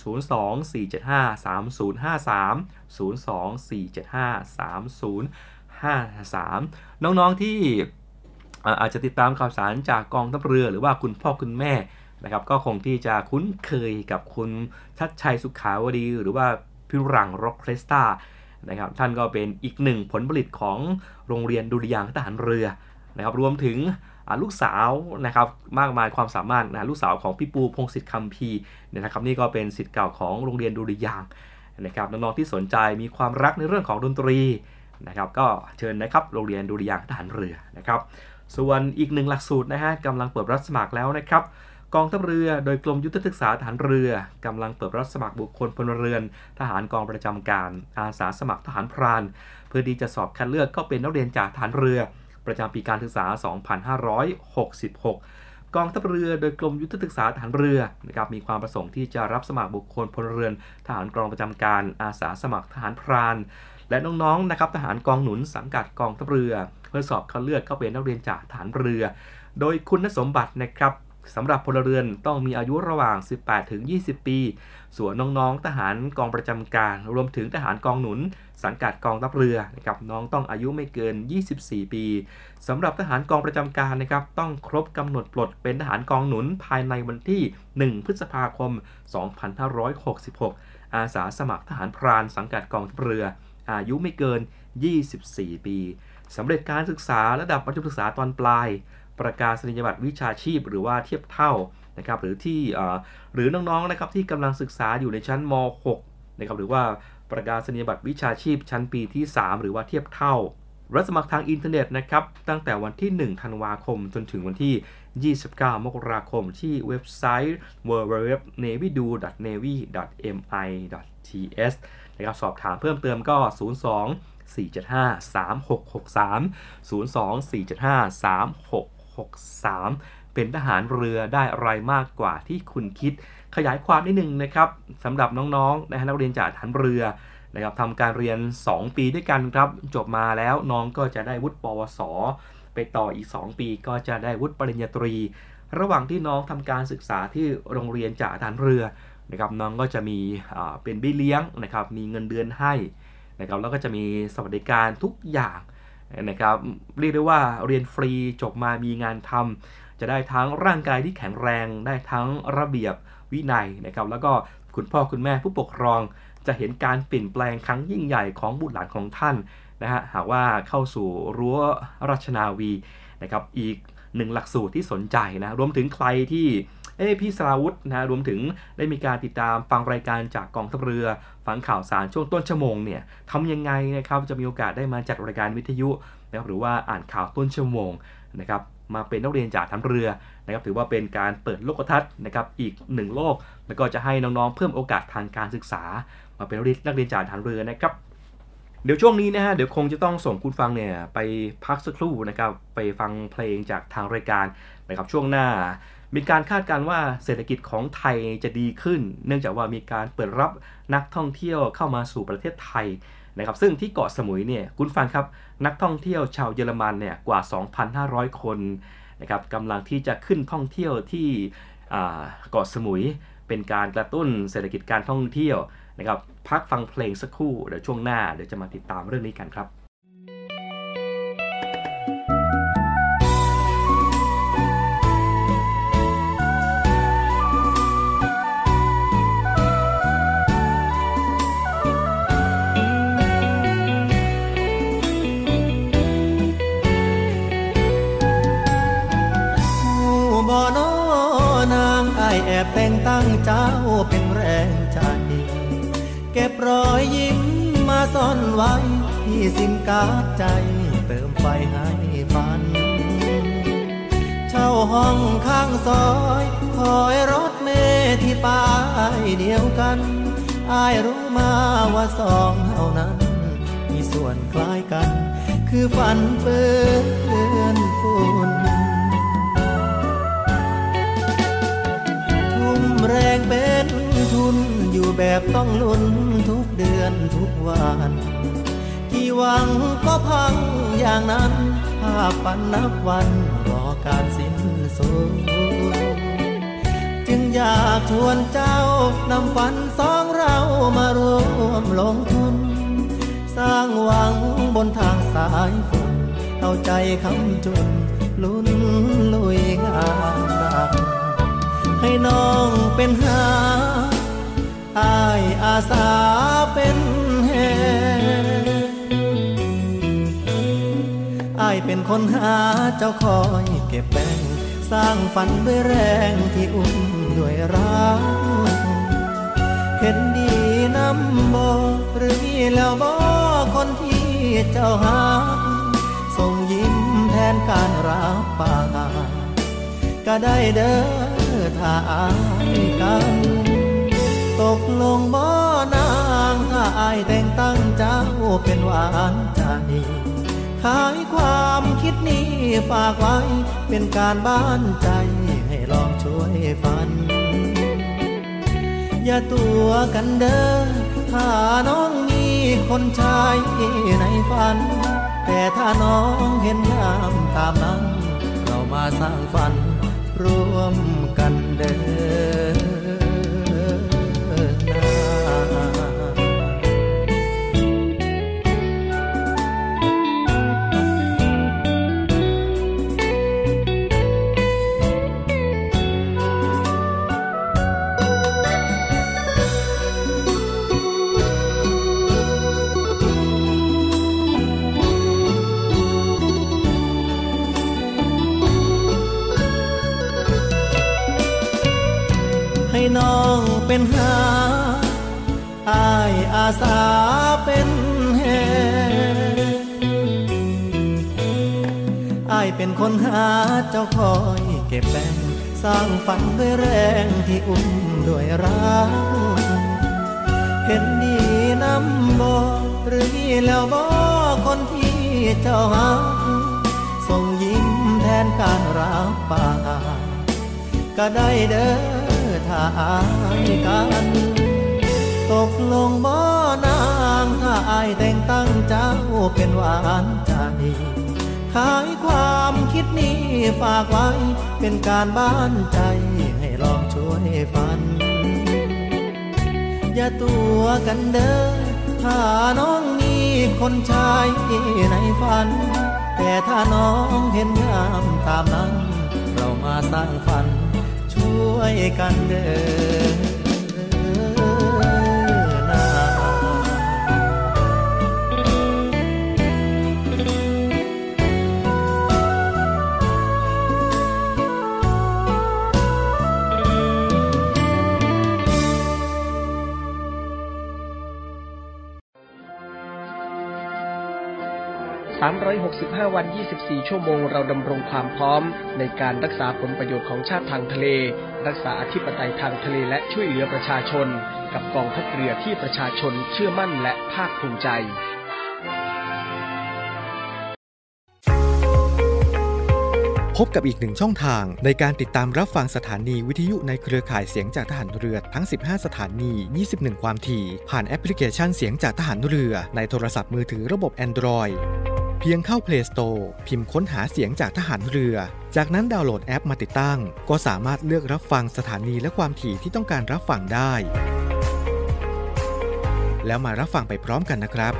024753053 น้องๆที่อาจจะติดตามข่าวสารจากกองทัพเรือหรือว่าคุณพ่อคุณแม่นะครับก็คงที่จะคุ้นเคยกับคุณชัดชัยสุขาวดีหรือว่าพี่หลังร็อกเครสตานะครับท่านก็เป็นอีกหนึ่งผลผลิตของโรงเรียนดุริยางค์ทหารเรือนะครับรวมถึงลูกสาวนะครับมากมายความสามารถนะลูกสาวของพี่ปูพงศิษฐ์คำพีนะครับนี่ก็เป็นศิษย์เก่าของโรงเรียนดุริยางค์นะครับน้องๆที่สนใจมีความรักในเรื่องของดนตรีนะครับก็เชิญนะครับโรงเรียนดุริยางค์ทหารเรือนะครับส่วนอีกหนึ่งหลักสูตรนะฮะกำลังเปิดรับสมัครแล้วนะครับกองทัพเรือโดยกรมยุทธศึกษาทหารเรือกำลังเปิดรับสมัครบุคคลพลเรือนทหารกองประจำการอาสาสมัครทหารพรานเพื่อที่จะสอบคัดเลือกเข้าเป็นนักเรียนจากทหารเรือประจำปีการศึกษา 2566 กองทัพเรือโดยกรมยุทธศึกษาทหารเรือนะครับมีความประสงค์ที่จะรับสมัครบุคคลพลเรือนทหารกองประจำการอาสาสมัครทหารพรานและน้องๆนะครับทหารกองหนุนสังกัดกองทัพเรือเพื่อสอบคัดเลือกเข้าเป็นนักเรียนจากทหารเรือโดยคุณสมบัตินะครับสำหรับพลเรือนต้องมีอายุระหว่าง 18-20 ปีส่วนน้องๆทหารกองประจำการรวมถึงทหารกองหนุนสังกัดกองทัพเรือนะครับน้องต้องอายุไม่เกิน 24 ปีสำหรับทหารกองประจำการนะครับต้องครบกำหนดปลดเป็นทหารกองหนุนภายในวันที่ 1 พฤษภาคม 2566 อาสาสมัครทหารพรานสังกัดกองทัพเรืออายุไม่เกิน 24 ปีสำเร็จการศึกษาระดับมัธยมศึกษาตอนปลายประกาศนียบัตรวิชาชีพหรือว่าเทียบเท่านะครับหรือน้องๆนะครับที่กำลังศึกษาอยู่ในชั้นม.6 นะครับหรือว่าประกาศนียบัตรวิชาชีพชั้นปีที่ 3 หรือว่าเทียบเท่ารับสมัครทางอินเทอร์เน็ตนะครับตั้งแต่วันที่ 1 ธันวาคมจนถึงวันที่ 29 มกราคมที่เว็บไซต์ www.navy.do.mi.th นะครับสอบถามเพิ่มเติมก็ 02-475-3663 เป็นทหารเรือได้อะไรมากกว่าที่คุณคิดขยายความนิดนึงนะครับสำหรับน้องๆนะฮะนักเรียนจากทหารเรือนะครับทำการเรียน2ปีด้วยกันครับจบมาแล้วน้องก็จะได้วุฒิปวสไปต่ออีก2ปีก็จะได้วุฒิปริญญาตรีระหว่างที่น้องทำการศึกษาที่โรงเรียนจากทหารเรือนะครับน้องก็จะมีเป็นเบี้ยเลี้ยงนะครับมีเงินเดือนให้นะครับแล้วก็จะมีสวัสดิการทุกอย่างนะครับเรียกได้ว่าเรียนฟรีจบมามีงานทำจะได้ทั้งร่างกายที่แข็งแรงได้ทั้งระเบียบวินัยนะครับแล้วก็คุณพ่อคุณแม่ผู้ปกครองจะเห็นการเปลี่ยนแปลงครั้งยิ่งใหญ่ของบุตรหลานของท่านนะฮะหากว่าเข้าสู่รั้วราชนาวีนะครับอีกหนึ่งหลักสูตรที่สนใจนะรวมถึงใครที่พี่สราวุธนะรวมถึงได้มีการติดตามฟังรายการจากกองทัพเรือฟังข่าวสารช่วงต้นชั่วโมงเนี่ยทำยังไงนะครับจะมีโอกาสได้มาจัดรายการวิทยุนะครับหรือว่าอ่านข่าวต้นชั่วโมงนะครับมาเป็นนักเรียนจากทหารเรือนะครับถือว่าเป็นการเปิดโลกทัศน์นะครับอีกหนึ่งโลกแล้วก็จะให้น้องๆเพิ่มโอกาสทางการศึกษามาเป็นนักเรียนจากทหารเรือนะครับเดี๋ยวช่วงนี้นะฮะเดี๋ยวคงจะต้องส่งคุณฟังเนี่ยไปพักสักครู่นะครับไปฟังเพลงจากทางรายการนะครับช่วงหน้ามีการคาดการณ์ว่าเศรษฐกิจของไทยจะดีขึ้นเนื่องจากว่ามีการเปิดรับนักท่องเที่ยวเข้ามาสู่ประเทศไทยนะครับซึ่งที่เกาะสมุยเนี่ยคุณฟังครับนักท่องเที่ยวชาวเยอรมันเนี่ยกว่า 2,500 คนนะครับกำลังที่จะขึ้นท่องเที่ยวที่เกาะสมุยเป็นการกระตุ้นเศรษฐกิจการท่องเที่ยวนะครับพักฟังเพลงสักครู่เดี๋ยวช่วงหน้าเดี๋ยวจะมาติดตามเรื่องนี้กันครับแอบแต่งตั้งเจ้าเป็นแรงใจเก็บรอยยิ้มมาซ่อนไว้ที่สิ้นกาดใจเติมไฟให้ฝันเช่าห้องข้างซอยคอยรถเมล์ที่ป้ายเดียวกันอ้ายรู้มาว่าสองเท่านั้นมีส่วนคล้ายกันคือฝันเปื้อนฝุ่นแรงเป็นทุนอยู่แบบต้องลุ้นทุกเดือนทุกวันที่หวังก็พังอย่างนั้นภาพฝันนับวันรอการสิ้นสุดจึงอยากชวนเจ้านำฝันสองเรามารวมลงทุนสร้างหวังบนทางสายฝนเอาใจคำจุนลุ้นลุยงานหนักให้น้องเป็นหาอ้ายอาสาเป็นแหอ้ายเป็นคนหาเจ้าคอยเก็บแบ่งสร้างฝันด้วยแรงที่อุ้มด้วยรักเห็นดีน้ำบ่หรือมีแล้วบ่คนที่เจ้าหาส่งยิ้มแทนการรับปากก็ได้เด้อถ้าอายกันตกลงบ่นางถ้าอายแต่งตั้งเจ้าเป็นหวานใจขายความคิดนี้ฝากไว้เป็นการบ้านใจให้ลองช่วยฝันอย่าตัวกันเด้อถ้าน้องมีคนชายในฝันแต่ถ้าน้องเห็นงามตามนั้นเรามาสร้างฝันร่วมกันเดินให้น้องเป็นหาอ้ายอาสาเป็นแหอ้ายเป็นคนหาเจ้าคอยเก็บแบ่งสร้างฝันด้วยแรงที่อุ้มด้วยรักเห็นดีน้ำบ่หรือมีแล้วบ่คนที่เจ้าหาส่งยิ้มแทนการรับปากก็ได้เด้อถ้าอายกันตกลงบ่นางถ้าอายแต่งตั้งเจ้าเป็นหวานใจขายความคิดนี้ฝากไว้เป็นการบ้านใจให้ลองช่วยฝันอย่าตัวกันเด้อถ้าน้องมีคนชายในฝันแต่ถ้าน้องเห็นงามตามนั้นเรามาสร้างฝันช่วยกันเดินหน้า 365 วัน 24 ชั่วโมงเราดำรงความพร้อมในการรักษาผลประโยชน์ของชาติทางทะเลรักษาอธิปไตยทางทะเลและช่วยเหลือประชาชนกับกองทัพเรือที่ประชาชนเชื่อมั่นและภาคภูมิใจพบกับอีกหนึ่งช่องทางในการติดตามรับฟังสถานีวิทยุในเครือข่ายเสียงจากทหารเรือทั้ง15สถานี 21 ความถี่ผ่านแอปพลิเคชันเสียงจากทหารเรือในโทรศัพท์มือถือระบบ Android เพียงเข้า Play Store พิมพ์ค้นหาเสียงจากทหารเรือจากนั้นดาวน์โหลดแอปมาติดตั้งก็สามารถเลือกรับฟังสถานีและความถี่ที่ต้องการรับฟังได้แล้วมารับฟังไปพร้อมกันนะครับ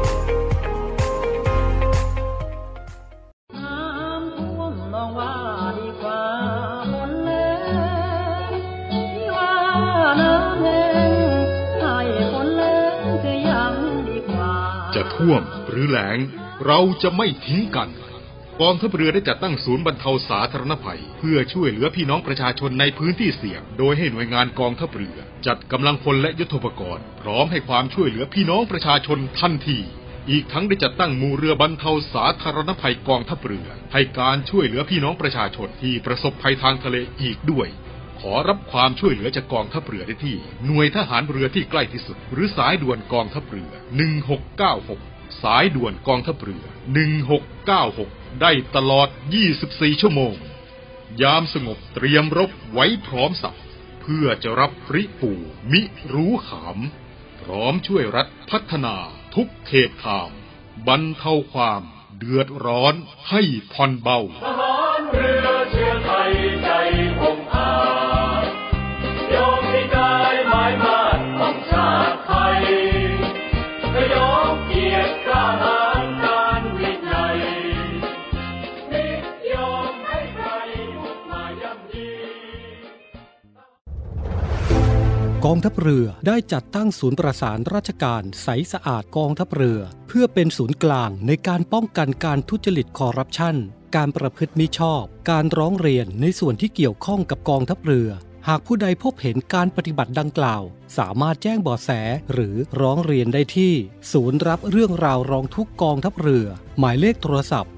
จะท่วมหรือแล้งเราจะไม่ทิ้งกันกองทัพเรือได้จัดตั้งศูนย์บรรเทาสาธารณภัยเพื่อช่วยเหลือพี่น้องประชาชนในพื้นที่เสี่ยงโดยให้หน่วยงานกองทัพเรือจัดกำลังพลและยุทโธปกรณ์พร้อมให้ความช่วยเหลือพี่น้องประชาชนทันทีอีกทั้งได้จัดตั้งหมู่เรือบรรเทาสาธารณภัยกองทัพเรือให้การช่วยเหลือพี่น้องประชาชนที่ประสบภัยทางทะเลอีกด้วยขอรับความช่วยเหลือจากกองทัพเรือได้ที่หน่วยทหารเรือที่ใกล้ที่สุดหรือสายด่วนกองทัพเรือ1696สายด่วนกองทัพเรือ1696ได้ตลอด24ชั่วโมงยามสงบเตรียมรบไว้พร้อมสับเพื่อจะรับริปูมิรู้ขามพร้อมช่วยรัฐพัฒนาทุกเขตขามบรรเทาความเดือดร้อนให้ผ่อนเบาทหารเรือเชื้อไทยใจองอาจยอมให้กายหมายมั่นของชาติไทยยอมเกียรติทหารการวินัยนิยมให้ใครบุกมาย่ำยีกองทัพเรือได้จัดตั้งศูนย์ประสานราชการใสสะอาดกองทัพเรือเพื่อเป็นศูนย์กลางในการป้องกันการทุจริตคอร์รัปชันการประพฤติมิชอบการร้องเรียนในส่วนที่เกี่ยวข้องกับกองทัพเรือหากผู้ใดพบเห็นการปฏิบัติดังกล่าวสามารถแจ้งเบาะแสหรือร้องเรียนได้ที่ศูนย์รับเรื่องราวร้องทุกข์กองทัพเรือหมายเลขโทรศัพท์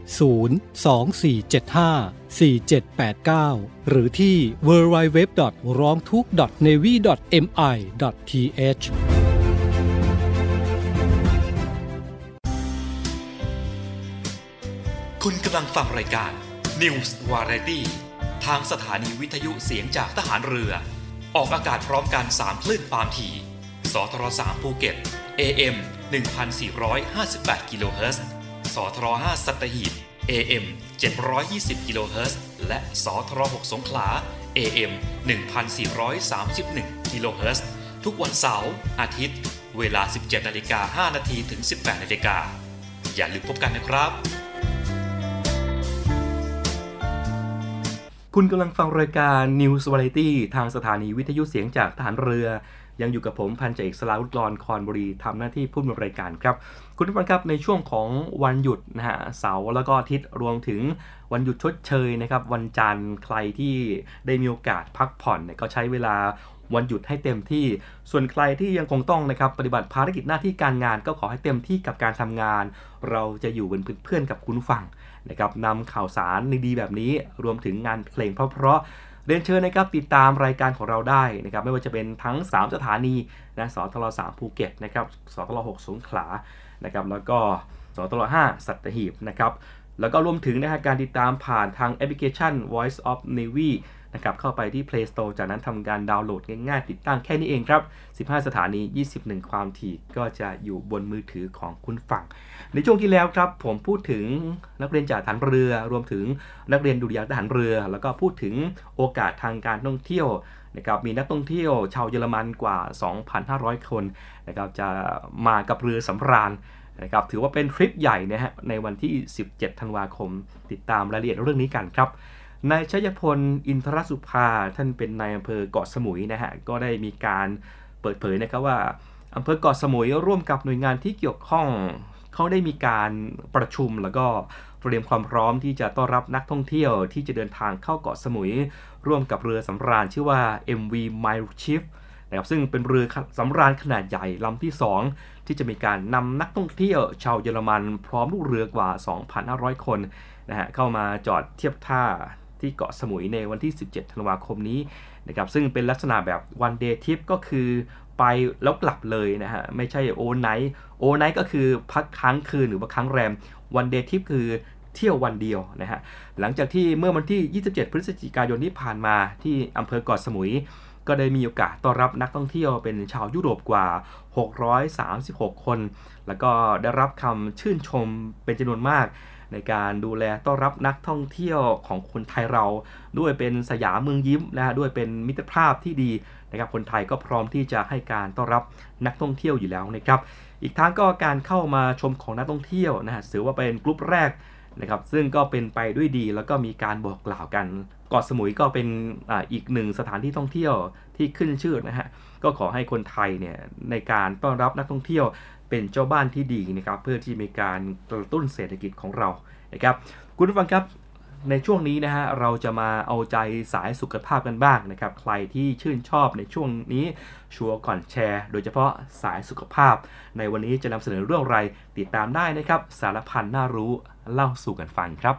024754789หรือที่ www.rongthuk.navy.mi.th คุณกำลังฟังรายการ News Variety ทางสถานีวิทยุเสียงจากทหารเรือออกอากาศพร้อมกัน3คลื่นความถี่สทร3ภูเก็ต AM 1458 กิโลเฮิรตซ์สทร5สัตหีบ AM 720 กิโลเฮิรตซ์และสทร6สงขลา AM 1431 กิโลเฮิรตซ์ทุกวันเสาร์อาทิตย์เวลา 17:05 นถึง 18:00 นอย่าลืมพบกันนะครับคุณกำลังฟังรายการ News Variety ทางสถานีวิทยุเสียงจากทหารเรือยังอยู่กับผมพันจ่าเอกสราวุฒิ กรคอนบุรีทำหน้าที่ผู้ดำเนินรายการครับคุณผู้ฟังครับในช่วงของวันหยุดนะฮะเสาร์แล้วก็อาทิตย์รวมถึงวันหยุดชดเชยนะครับวันจันทร์ใครที่ได้มีโอกาสพักผ่อนก็ใช้เวลาวันหยุดให้เต็มที่ส่วนใครที่ยังคงต้องนะครับปฏิบัติภารกิจหน้าที่การงานก็ขอให้เต็มที่กับการทำงานเราจะอยู่เป็นเพื่อนกับคุณผู้ฟังนะครับนำข่าวสารดีๆแบบนี้รวมถึงงานเพลงเพราะๆเรียนเชิญนะครับติดตามรายการของเราได้นะครับไม่ว่าจะเป็นทั้ง3สถานีนะสทร3ภูเก็ตนะครับสทร6สงขลานะครับแล้วก็สทร5สัตหีบนะครับแล้วก็รวมถึงนะฮะการติดตามผ่านทางแอปพลิเคชัน Voice of Navy นะครับเข้าไปที่ Play Store จากนั้นทำการดาวน์โหลดง่ายๆติดตั้งแค่นี้เองครับ15สถานี21ความถี่ก็จะอยู่บนมือถือของคุณฟังในช่วงที่แล้วครับผมพูดถึงนักเรียนจากทหารเรือรวมถึงนักเรียนดุริยางค์ทหารเรือแล้วก็พูดถึงโอกาสทางการท่องเที่ยวนะครับมีนักท่องเที่ยวชาวเยอรมันกว่า 2,500 คนนะครับจะมากับเรือสำราญนะครับถือว่าเป็นทริปใหญ่นะฮะในวันที่17ธันวาคมติดตามรายละเอียดเรื่องนี้กันครับนายชัยพลอินทรสุภาท่านเป็นนายอำเภอเกาะสมุยนะฮะก็ได้มีการเปิดเผยนะครับว่าอำเภอเกาะสมุยร่วมกับหน่วยงานที่เกี่ยวข้องเขาได้มีการประชุมแล้วก็เตรียมความพร้อมที่จะต้อนรับนักท่องเที่ยวที่จะเดินทางเข้าเกาะสมุยร่วมกับเรือสำราญชื่อว่า MV Mile Chief นะครับซึ่งเป็นเรือสำราญขนาดใหญ่ลำที่2ที่จะมีการนำนักท่องเที่ยวชาวเยอรมันพร้อมลูกเรือกว่า 2,500 คนนะฮะเข้ามาจอดเทียบท่าที่เกาะสมุยในวันที่17ธันวาคมนี้นะครับซึ่งเป็นลักษณะแบบ one day trip ก็คือไปแล้วกลับเลยนะฮะไม่ใช่โอไนท์ก็คือพักค้างคืนหรือว่าค้างแรม one day trip คือเที่ยววันเดียวนะฮะหลังจากที่เมื่อวันที่27พฤศจิกายนที่ผ่านมาที่อำเภอเกาะสมุยก็ได้มีโอกาสต้อนรับนักท่องเที่ยวเป็นชาวยุโรปกว่า636คนแล้วก็ได้รับคำชื่นชมเป็นจำนวนมากในการดูแลต้อนรับนักท่องเที่ยวของคนไทยเราด้วยเป็นสยามเมืองยิ้มนะด้วยเป็นมิตรภาพที่ดีนะครับคนไทยก็พร้อมที่จะให้การต้อนรับนักท่องเที่ยวอยู่แล้วนะครับอีกทั้งก็การเข้ามาชมของนักท่องเที่ยวนะฮะถือว่าเป็นกลุ่มแรกนะครับซึ่งก็เป็นไปด้วยดีแล้วก็มีการบอกกล่าวกันเกาะสมุยก็เป็นอีกหนึ่งสถานที่ท่องเที่ยวที่ขึ้นชื่อนะฮะก็ขอให้คนไทยเนี่ยในการต้อนรับนักท่องเที่ยวเป็นเจ้าบ้านที่ดีนะครับเพื่อที่มีการกระตุ้นเศรษฐกิจของเรานะครับคุณผู้ฟังครับในช่วงนี้นะฮะเราจะมาเอาใจสายสุขภาพกันบ้างนะครับใครที่ชื่นชอบในช่วงนี้ชัวร์ก่อนแชร์โดยเฉพาะสายสุขภาพในวันนี้จะนำเสนอเรื่องอะไรติดตามได้นะครับสารพันน่ารู้เล่าสู่กันฟังครับ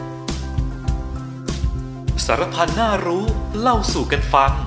สารพันน่ารู้เล่าสู่กันฟัง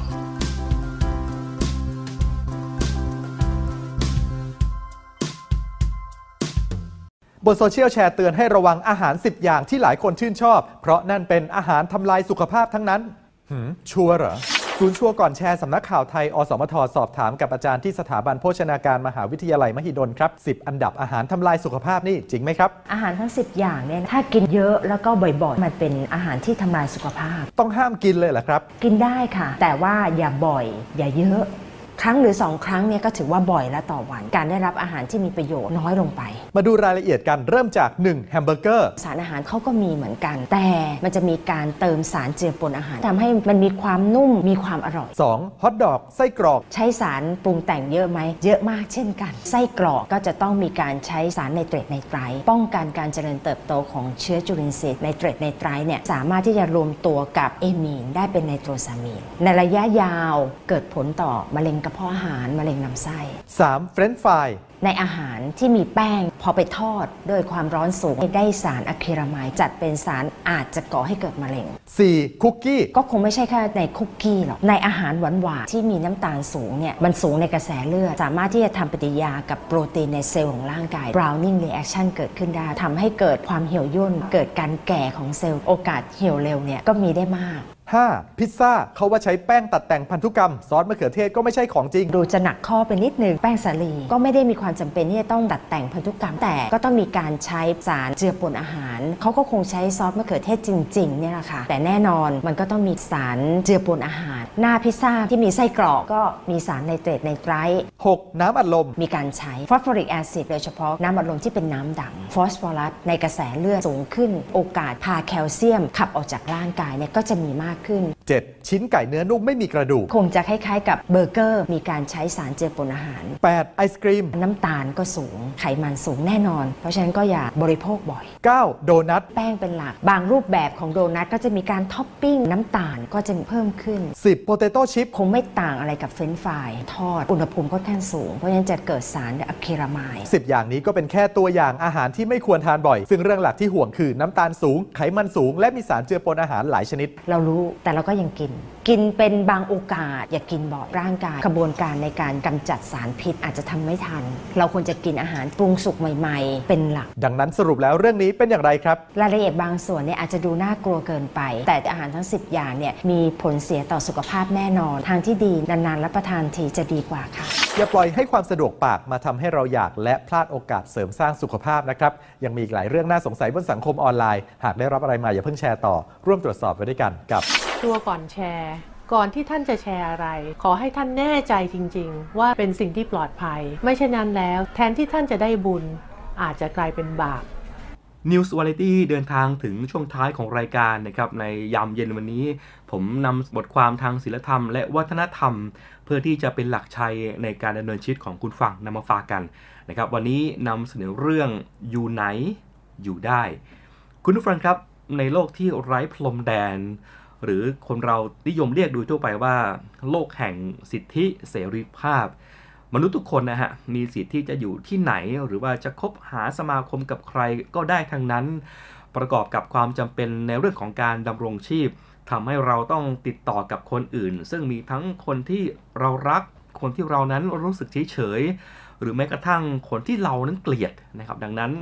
บนโซเชียลแชร์เตือนให้ระวังอาหาร10อย่างที่หลายคนชื่นชอบเพราะนั่นเป็นอาหารทำลายสุขภาพทั้งนั้นชัวร์เหรอศูนย์ชัวร์ก่อนแชร์สำนักข่าวไทยอสมทสอบถามกับอาจารย์ที่สถาบันโภชนาการมหาวิทยาลัยมหิดลครับ10อันดับอาหารทำลายสุขภาพนี่จริงไหมครับอาหารทั้ง10อย่างเนี่ยถ้ากินเยอะแล้วก็บ่อยๆมันเป็นอาหารที่ทำลายสุขภาพต้องห้ามกินเลยเหรอครับกินได้ค่ะแต่ว่าอย่าบ่อยอย่าเยอะครั้งหรือ2ครั้งเนี่ยก็ถือว่าบ่อยและต่อวันการได้รับอาหารที่มีประโยชน์น้อยลงไปมาดูรายละเอียดกันเริ่มจาก1แฮมเบอร์เกอร์สารอาหารเขาก็มีเหมือนกันแต่มันจะมีการเติมสารเจือปนอาหารทำให้มันมีความนุ่มมีความอร่อย 2ฮอทดอกไส้กรอกใช้สารปรุงแต่งเยอะไหมเยอะมากเช่นกันไส้กรอกก็จะต้องมีการใช้สารไนเตรตไนไตรท์ป้องกันการเจริญเติบโตของเชื้อจุลินทรีย์ไนเตรตไนไตรท์เนี่ยสามารถที่จะรวมตัวกับเอมีนได้เป็นไนโตรซามีนในระยะยาวเกิดผลต่อมะเร็งกระเพาะอาหารมะเร็งลำไส้ 3เฟรนช์ฟรายในอาหารที่มีแป้งพอไปทอดด้วยความร้อนสูงได้สารอะคริลามายด์จัดเป็นสารอาจจะก่อให้เกิดมะเร็ง 4คุกกี้ก็คงไม่ใช่แค่ในคุกกี้หรอกในอาหารหวานๆที่มีน้ำตาลสูงเนี่ยมันสูงในกระแสเลือดสามารถที่จะทำปฏิกิริยากับโปรตีนในเซลล์ของร่างกาย Browning reaction เกิดขึ้นได้ทำให้เกิดความเหี่ยวย่นเกิดการแก่ของเซลล์โอกาสเหี่ยวเร็วเนี่ยก็มีได้มาก 5พิซซ่าเขาว่าใช้แป้งตัดแต่งพันธุกรรมซอสมะเขือเทศก็ไม่ใช่ของจริงดูจะหนักข้อไปนิดนึงแป้งสาลีก็ไม่ได้มีความจำเป็นที่จะต้องตัดแต่งพันธุกรรมแต่ก็ต้องมีการใช้สารเจือปนอาหารเขาก็คงใช้ซอสมะเขือเทศจริงๆเนี่ยแหละค่ะแต่แน่นอนมันก็ต้องมีสารเจือปนอาหารหน้าพิซซ่าที่มีไส้กรอกก็มีสารไนเตรตไนไตรท์ 6น้ำอัดลมมีการใช้ฟอสฟอริกแอซิดโดยเฉพาะน้ำอัดลมที่เป็นน้ำด่างฟอสฟอรัสในกระแสเลือดสูงขึ้นโอกาสพาแคลเซียมขับออกจากร่างกายเนี่ยก็จะมีมากขึ้น 7ชิ้นไก่เนื้อนุ่มไม่มีกระดูกคงจะคล้ายๆกับเบอร์เกอร์มีการใช้สารเจือปนอาหาร 8ไอศกรีมน้ำตาลก็สูงไขมันสูงแน่นอนเพราะฉะนั้นก็อย่าบริโภคบ่อย 9โดนัทแป้งเป็นหลักบางรูปแบบของโดนัทก็จะมีการท็อปปิ้งน้ำตาลก็จะเพิ่มขึ้น 10โปเตโต้ชิพคงไม่ต่างอะไรกับเฟรนช์ฟรายทอดอุณหภูมิค่อนข้างสูงเพราะฉะนั้นจะเกิดสารอะคริลามายด์ 10อย่างนี้ก็เป็นแค่ตัวอย่างอาหารที่ไม่ควรทานบ่อยซึ่งเรื่องหลักที่ห่วงคือน้ำตาลสูงไขมันสูงและมีสารเจือปนอาหารหลายชนิดเรารู้แต่เราก็ยังกินเป็นบางโอกาสอย่ากินบ่อยร่างกายกระบวนการในการกำจัดสารพิษอาจจะทำไม่ทันเราควรจะกินอาหารปรุงสุกใหม่ๆเป็นหลักดังนั้นสรุปแล้วเรื่องนี้เป็นอย่างไรครับรายละเอียดบางส่วนเนี่ยอาจจะดูน่ากลัวเกินไปแต่อาหารทั้ง10อย่างเนี่ยมีผลเสียต่อสุขภาพแน่นอนทางที่ดีนานๆรับประทานทีจะดีกว่าค่ะอย่าปล่อยให้ความสะดวกปากมาทำให้เราอยากและพลาดโอกาสเสริมสร้างสุขภาพนะครับยังมีอีกหลายเรื่องน่าสงสัยบนสังคมออนไลน์หากได้รับอะไรมาอย่าเพิ่งแชร์ต่อร่วมตรวจสอบไว้ด้วยกันกับตัวก่อนแชร์ก่อนที่ท่านจะแชร์อะไรขอให้ท่านแน่ใจจริงๆว่าเป็นสิ่งที่ปลอดภัยไม่เช่นนั้นแล้วแทนที่ท่านจะได้บุญอาจจะกลายเป็นบาป News Variety เดินทางถึงช่วงท้ายของรายการนะครับในยามเย็นวันนี้ผมนำบทความทางศิลธรรมและวัฒนธรรมเพื่อที่จะเป็นหลักชัยในการดำเนินชีวิตของคุณฟังนำมาฝากกันนะครับวันนี้นำเสนอเรื่องอยู่ไหนอยู่ได้คุณผู้ฟังครับในโลกที่ไร้พรมแดนหรือคนเรานิยมเรียกโดยทั่วไปว่าโลกแห่งสิทธิเสรีภาพมนุษย์ทุกคนนะฮะมีสิทธิที่จะอยู่ที่ไหนหรือว่าจะคบหาสมาคมกับใครก็ได้ทั้งนั้นประกอบกับความจำเป็นในเรื่องของการดำรงชีพทำให้เราต้องติดต่อกับคนอื่นซึ่งมีทั้งคนที่เรารักคนที่เรานั้นรู้สึกเฉยๆหรือแม้กระทั่งคนที่เรานั้นเกลียดนะครับดังนั้น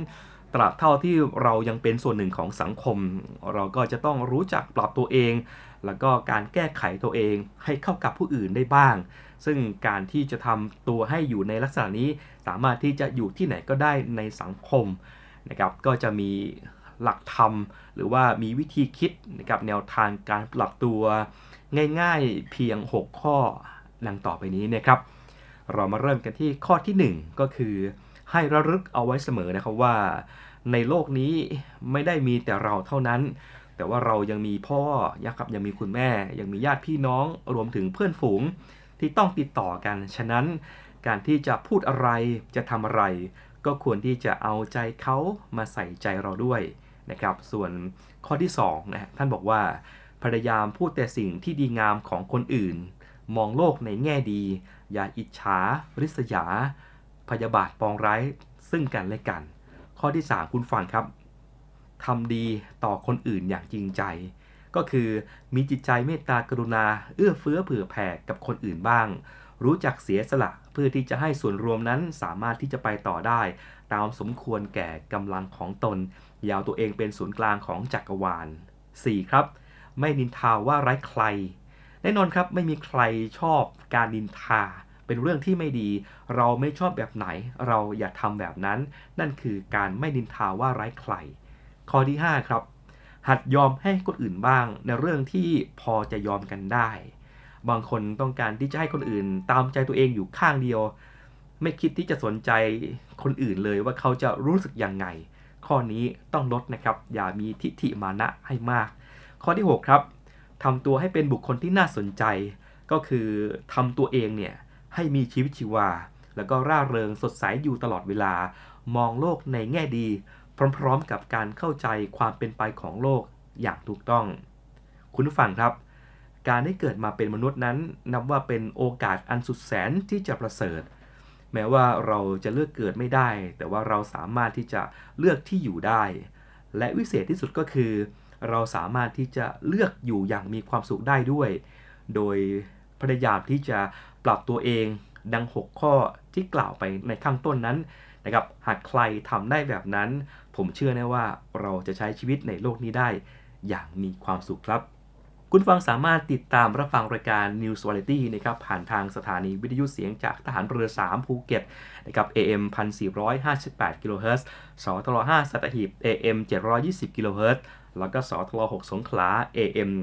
ตราบเท่าที่เรายังเป็นส่วนหนึ่งของสังคมเราก็จะต้องรู้จักปรับตัวเองแล้วก็การแก้ไขตัวเองให้เข้ากับผู้อื่นได้บ้างซึ่งการที่จะทำตัวให้อยู่ในลักษณะนี้สามารถที่จะอยู่ที่ไหนก็ได้ในสังคมนะครับก็จะมีหลักธรรมหรือว่ามีวิธีคิดนะครับแนวทางการปรับตัวง่ายๆเพียง6ข้อดังต่อไปนี้นะครับเรามาเริ่มกันที่ข้อที่1ก็คือให้ระลึกเอาไว้เสมอนะครับว่าในโลกนี้ไม่ได้มีแต่เราเท่านั้นแต่ว่าเรายังมีพ่อยังมีคุณแม่ยังมีญาติพี่น้องรวมถึงเพื่อนฝูงที่ต้องติดต่อกันฉะนั้นการที่จะพูดอะไรจะทำอะไรก็ควรที่จะเอาใจเขามาใส่ใจเราด้วยนะครับส่วนข้อที่2นะท่านบอกว่าพยายามพูดแต่สิ่งที่ดีงามของคนอื่นมองโลกในแง่ดีอย่าอิจฉาริษยาพยาบาทปองร้ายซึ่งกันและกันข้อที่3คุณฟังครับทำดีต่อคนอื่นอย่างจริงใจก็คือมีจิตใจเมตตากรุณาเอื้อเฟื้อเผื่อแผ่กับคนอื่นบ้างรู้จักเสียสละเพื่อที่จะให้ส่วนรวมนั้นสามารถที่จะไปต่อได้ตามสมควรแก่กำลังของตนอย่าเอาตัวเองเป็นศูนย์กลางของจักรวาล 4. ครับไม่นินทาว่าไร้ใครแน่นอนครับไม่มีใครชอบการนินทาเป็นเรื่องที่ไม่ดีเราไม่ชอบแบบไหนเราอย่าทำแบบนั้นนั่นคือการไม่นินทาว่าไร้ใครข้อที่5ครับหัดยอมให้คนอื่นบ้างในเรื่องที่พอจะยอมกันได้บางคนต้องการที่จะให้คนอื่นตามใจตัวเองอยู่ข้างเดียวไม่คิดที่จะสนใจคนอื่นเลยว่าเขาจะรู้สึกยังไงข้อนี้ต้องลดนะครับอย่ามีทิฐิมานะให้มากข้อที่6ครับทำตัวให้เป็นบุคคลที่น่าสนใจก็คือทำตัวเองเนี่ยให้มีชีวิตชีวาแล้วก็ร่าเริงสดใสอยู่ตลอดเวลามองโลกในแง่ดีพร้อมๆกับการเข้าใจความเป็นไปของโลกอย่างถูกต้องคุณผู้ฟังครับการได้เกิดมาเป็นมนุษย์นั้นนับว่าเป็นโอกาสอันสุดแสนที่จะประเสริฐแม้ว่าเราจะเลือกเกิดไม่ได้แต่ว่าเราสามารถที่จะเลือกที่อยู่ได้และวิเศษที่สุดก็คือเราสามารถที่จะเลือกอยู่อย่างมีความสุขได้ด้วยโดยพยายามที่จะปรับตัวเองดัง6ข้อที่กล่าวไปในข้างต้นนั้นนะครับหากใครทำได้แบบนั้นผมเชื่อแน่ว่าเราจะใช้ชีวิตในโลกนี้ได้อย่างมีความสุขครับคุณฟังสามารถติดตามรับฟังรายการ News Variety นะครับผ่านทางสถานีวิทยุเสียงจากทหารเรือ3ภูเก็ตนะครับ AM 1458 กิโลเฮิรตซ์สทร5สัตหีบ AM 720 กิโลเฮิรตซ์แล้วก็สทร6สงขลา AM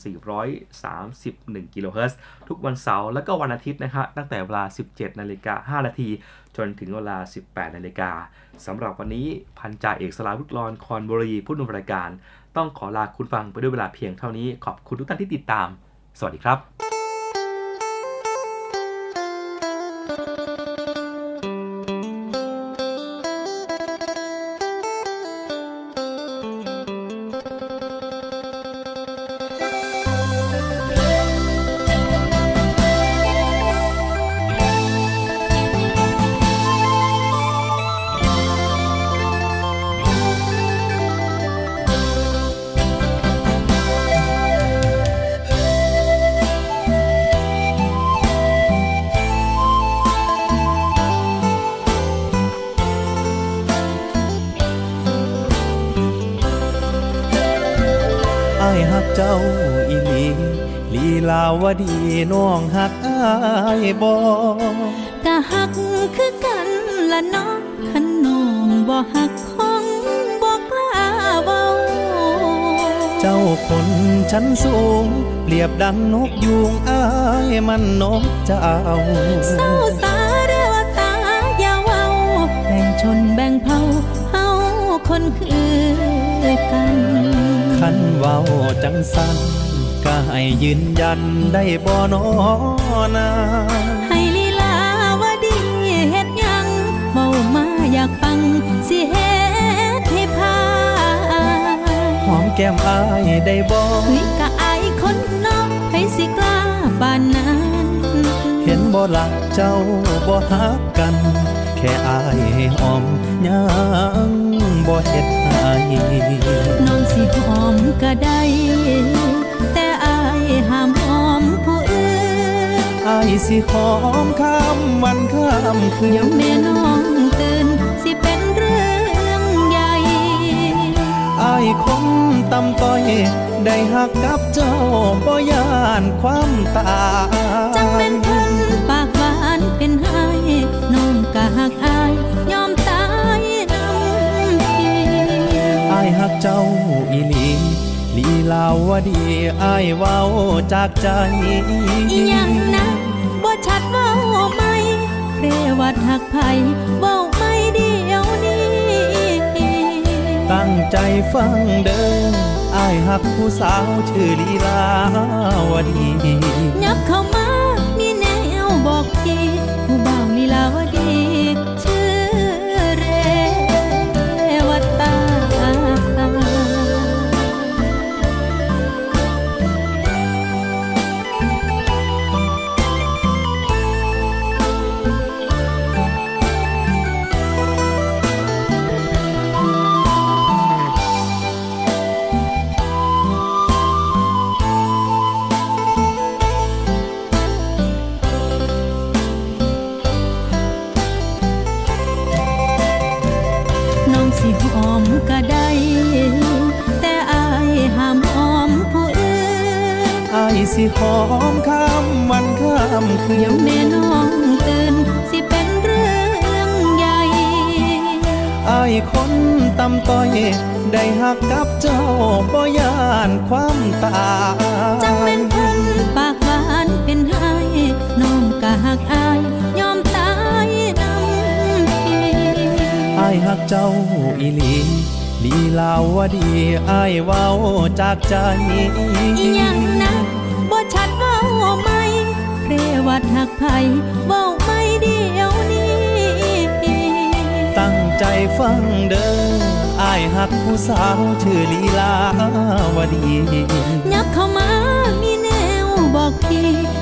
1431 กิโลเฮิรตซ์ทุกวันเสาร์และก็วันอาทิตย์นะครับตั้งแต่เวลา 17:05 น.จนถึงเวลา 18:00 น.สำหรับวันนี้พันจ่าเอกสราวุฒิ ลอนคอนบุรีผู้ดำเนินรายการต้องขอลาคุณฟังไปด้วยเวลาเพียงเท่านี้ขอบคุณทุกท่านที่ติดตามสวัสดีครับเจ้าอีหลีลีลาวดีน้องหักอ้ายบ่กะหักคือกันละน้องคันน้องบ่หักคงบ่กล้าเว้าเจ้าคนชั้นสูงเปรียบดังนกยูงอ้ายมันนกเจ้าเศร้าสาเรือตาอย่าเว้าแบ่งชนแบ่งเผ่าเฮาคนคือกันคันเว้าจังสั่นก็ให้ยืนยันได้บ่น้อนาให้ลีลาวดีเฮ็ดหยังเว้ามาอยากฟังสิเฮ็ดให้พาหอมแก้มอ้ายได้บ่เฮ้ยก็อายคนนอกไผสิกล้าปานนั้นเห็นบ่ล่ะเจ้าบ่ฮักกันแค่อายให้หอมยังบ่เฮ็ดให้น้องสิหอมก็ได้แต่อายห้ามหอมผู้อื่นอายสิหอมข้ามวันข้ามคืนเดี๋ยวแม่น้องตื่นสิเป็นเรื่องใหญ่อายคนตำต้อยได้หักกับเจ้าบ่ย่านความตายจังเป็นคนปากหวานเป็นไห้น้องกะหักอายยอมตายน้ำทีอายหักเจ้าอีหลีลีลาวดีอายเว้าจากใจอีหยังนะบ่ชัดเว้าไหมเรวัดหักไผเว้าไม่เดียวนี้ตั้งใจฟังเด้ออายหักผู้สาวชื่อลีลาวดียับเข้ามามีแนวบอกทีผู้บ่าวลีลาวดีชื่อเรวัตตาสิหอมก็ได้แต่อายห้ามหอมผู้อื่นอายสิหอมข้ามวันข้ามคืนเดี๋ยวแม่น้องตื่นสิเป็นเรื่องใหญ่อายคนตำต้อยได้หักกับเจ้าบ่ย่านความตายจังเป็นคนปากหวานเป็นไห้น้องกะหักอายยอมตายน้ำทีอายหักเจ้าอีหลีลีลาวดีอายเว้าจากใจอีหยังนะบ่ชัดเว้าไหมเรวัดหักไผเว้าไม่เดียวนี้ตั้งใจฟังเด้ออายหักผู้สาวชื่อลีลาวดียับเข้ามามีแนวบอกทีผ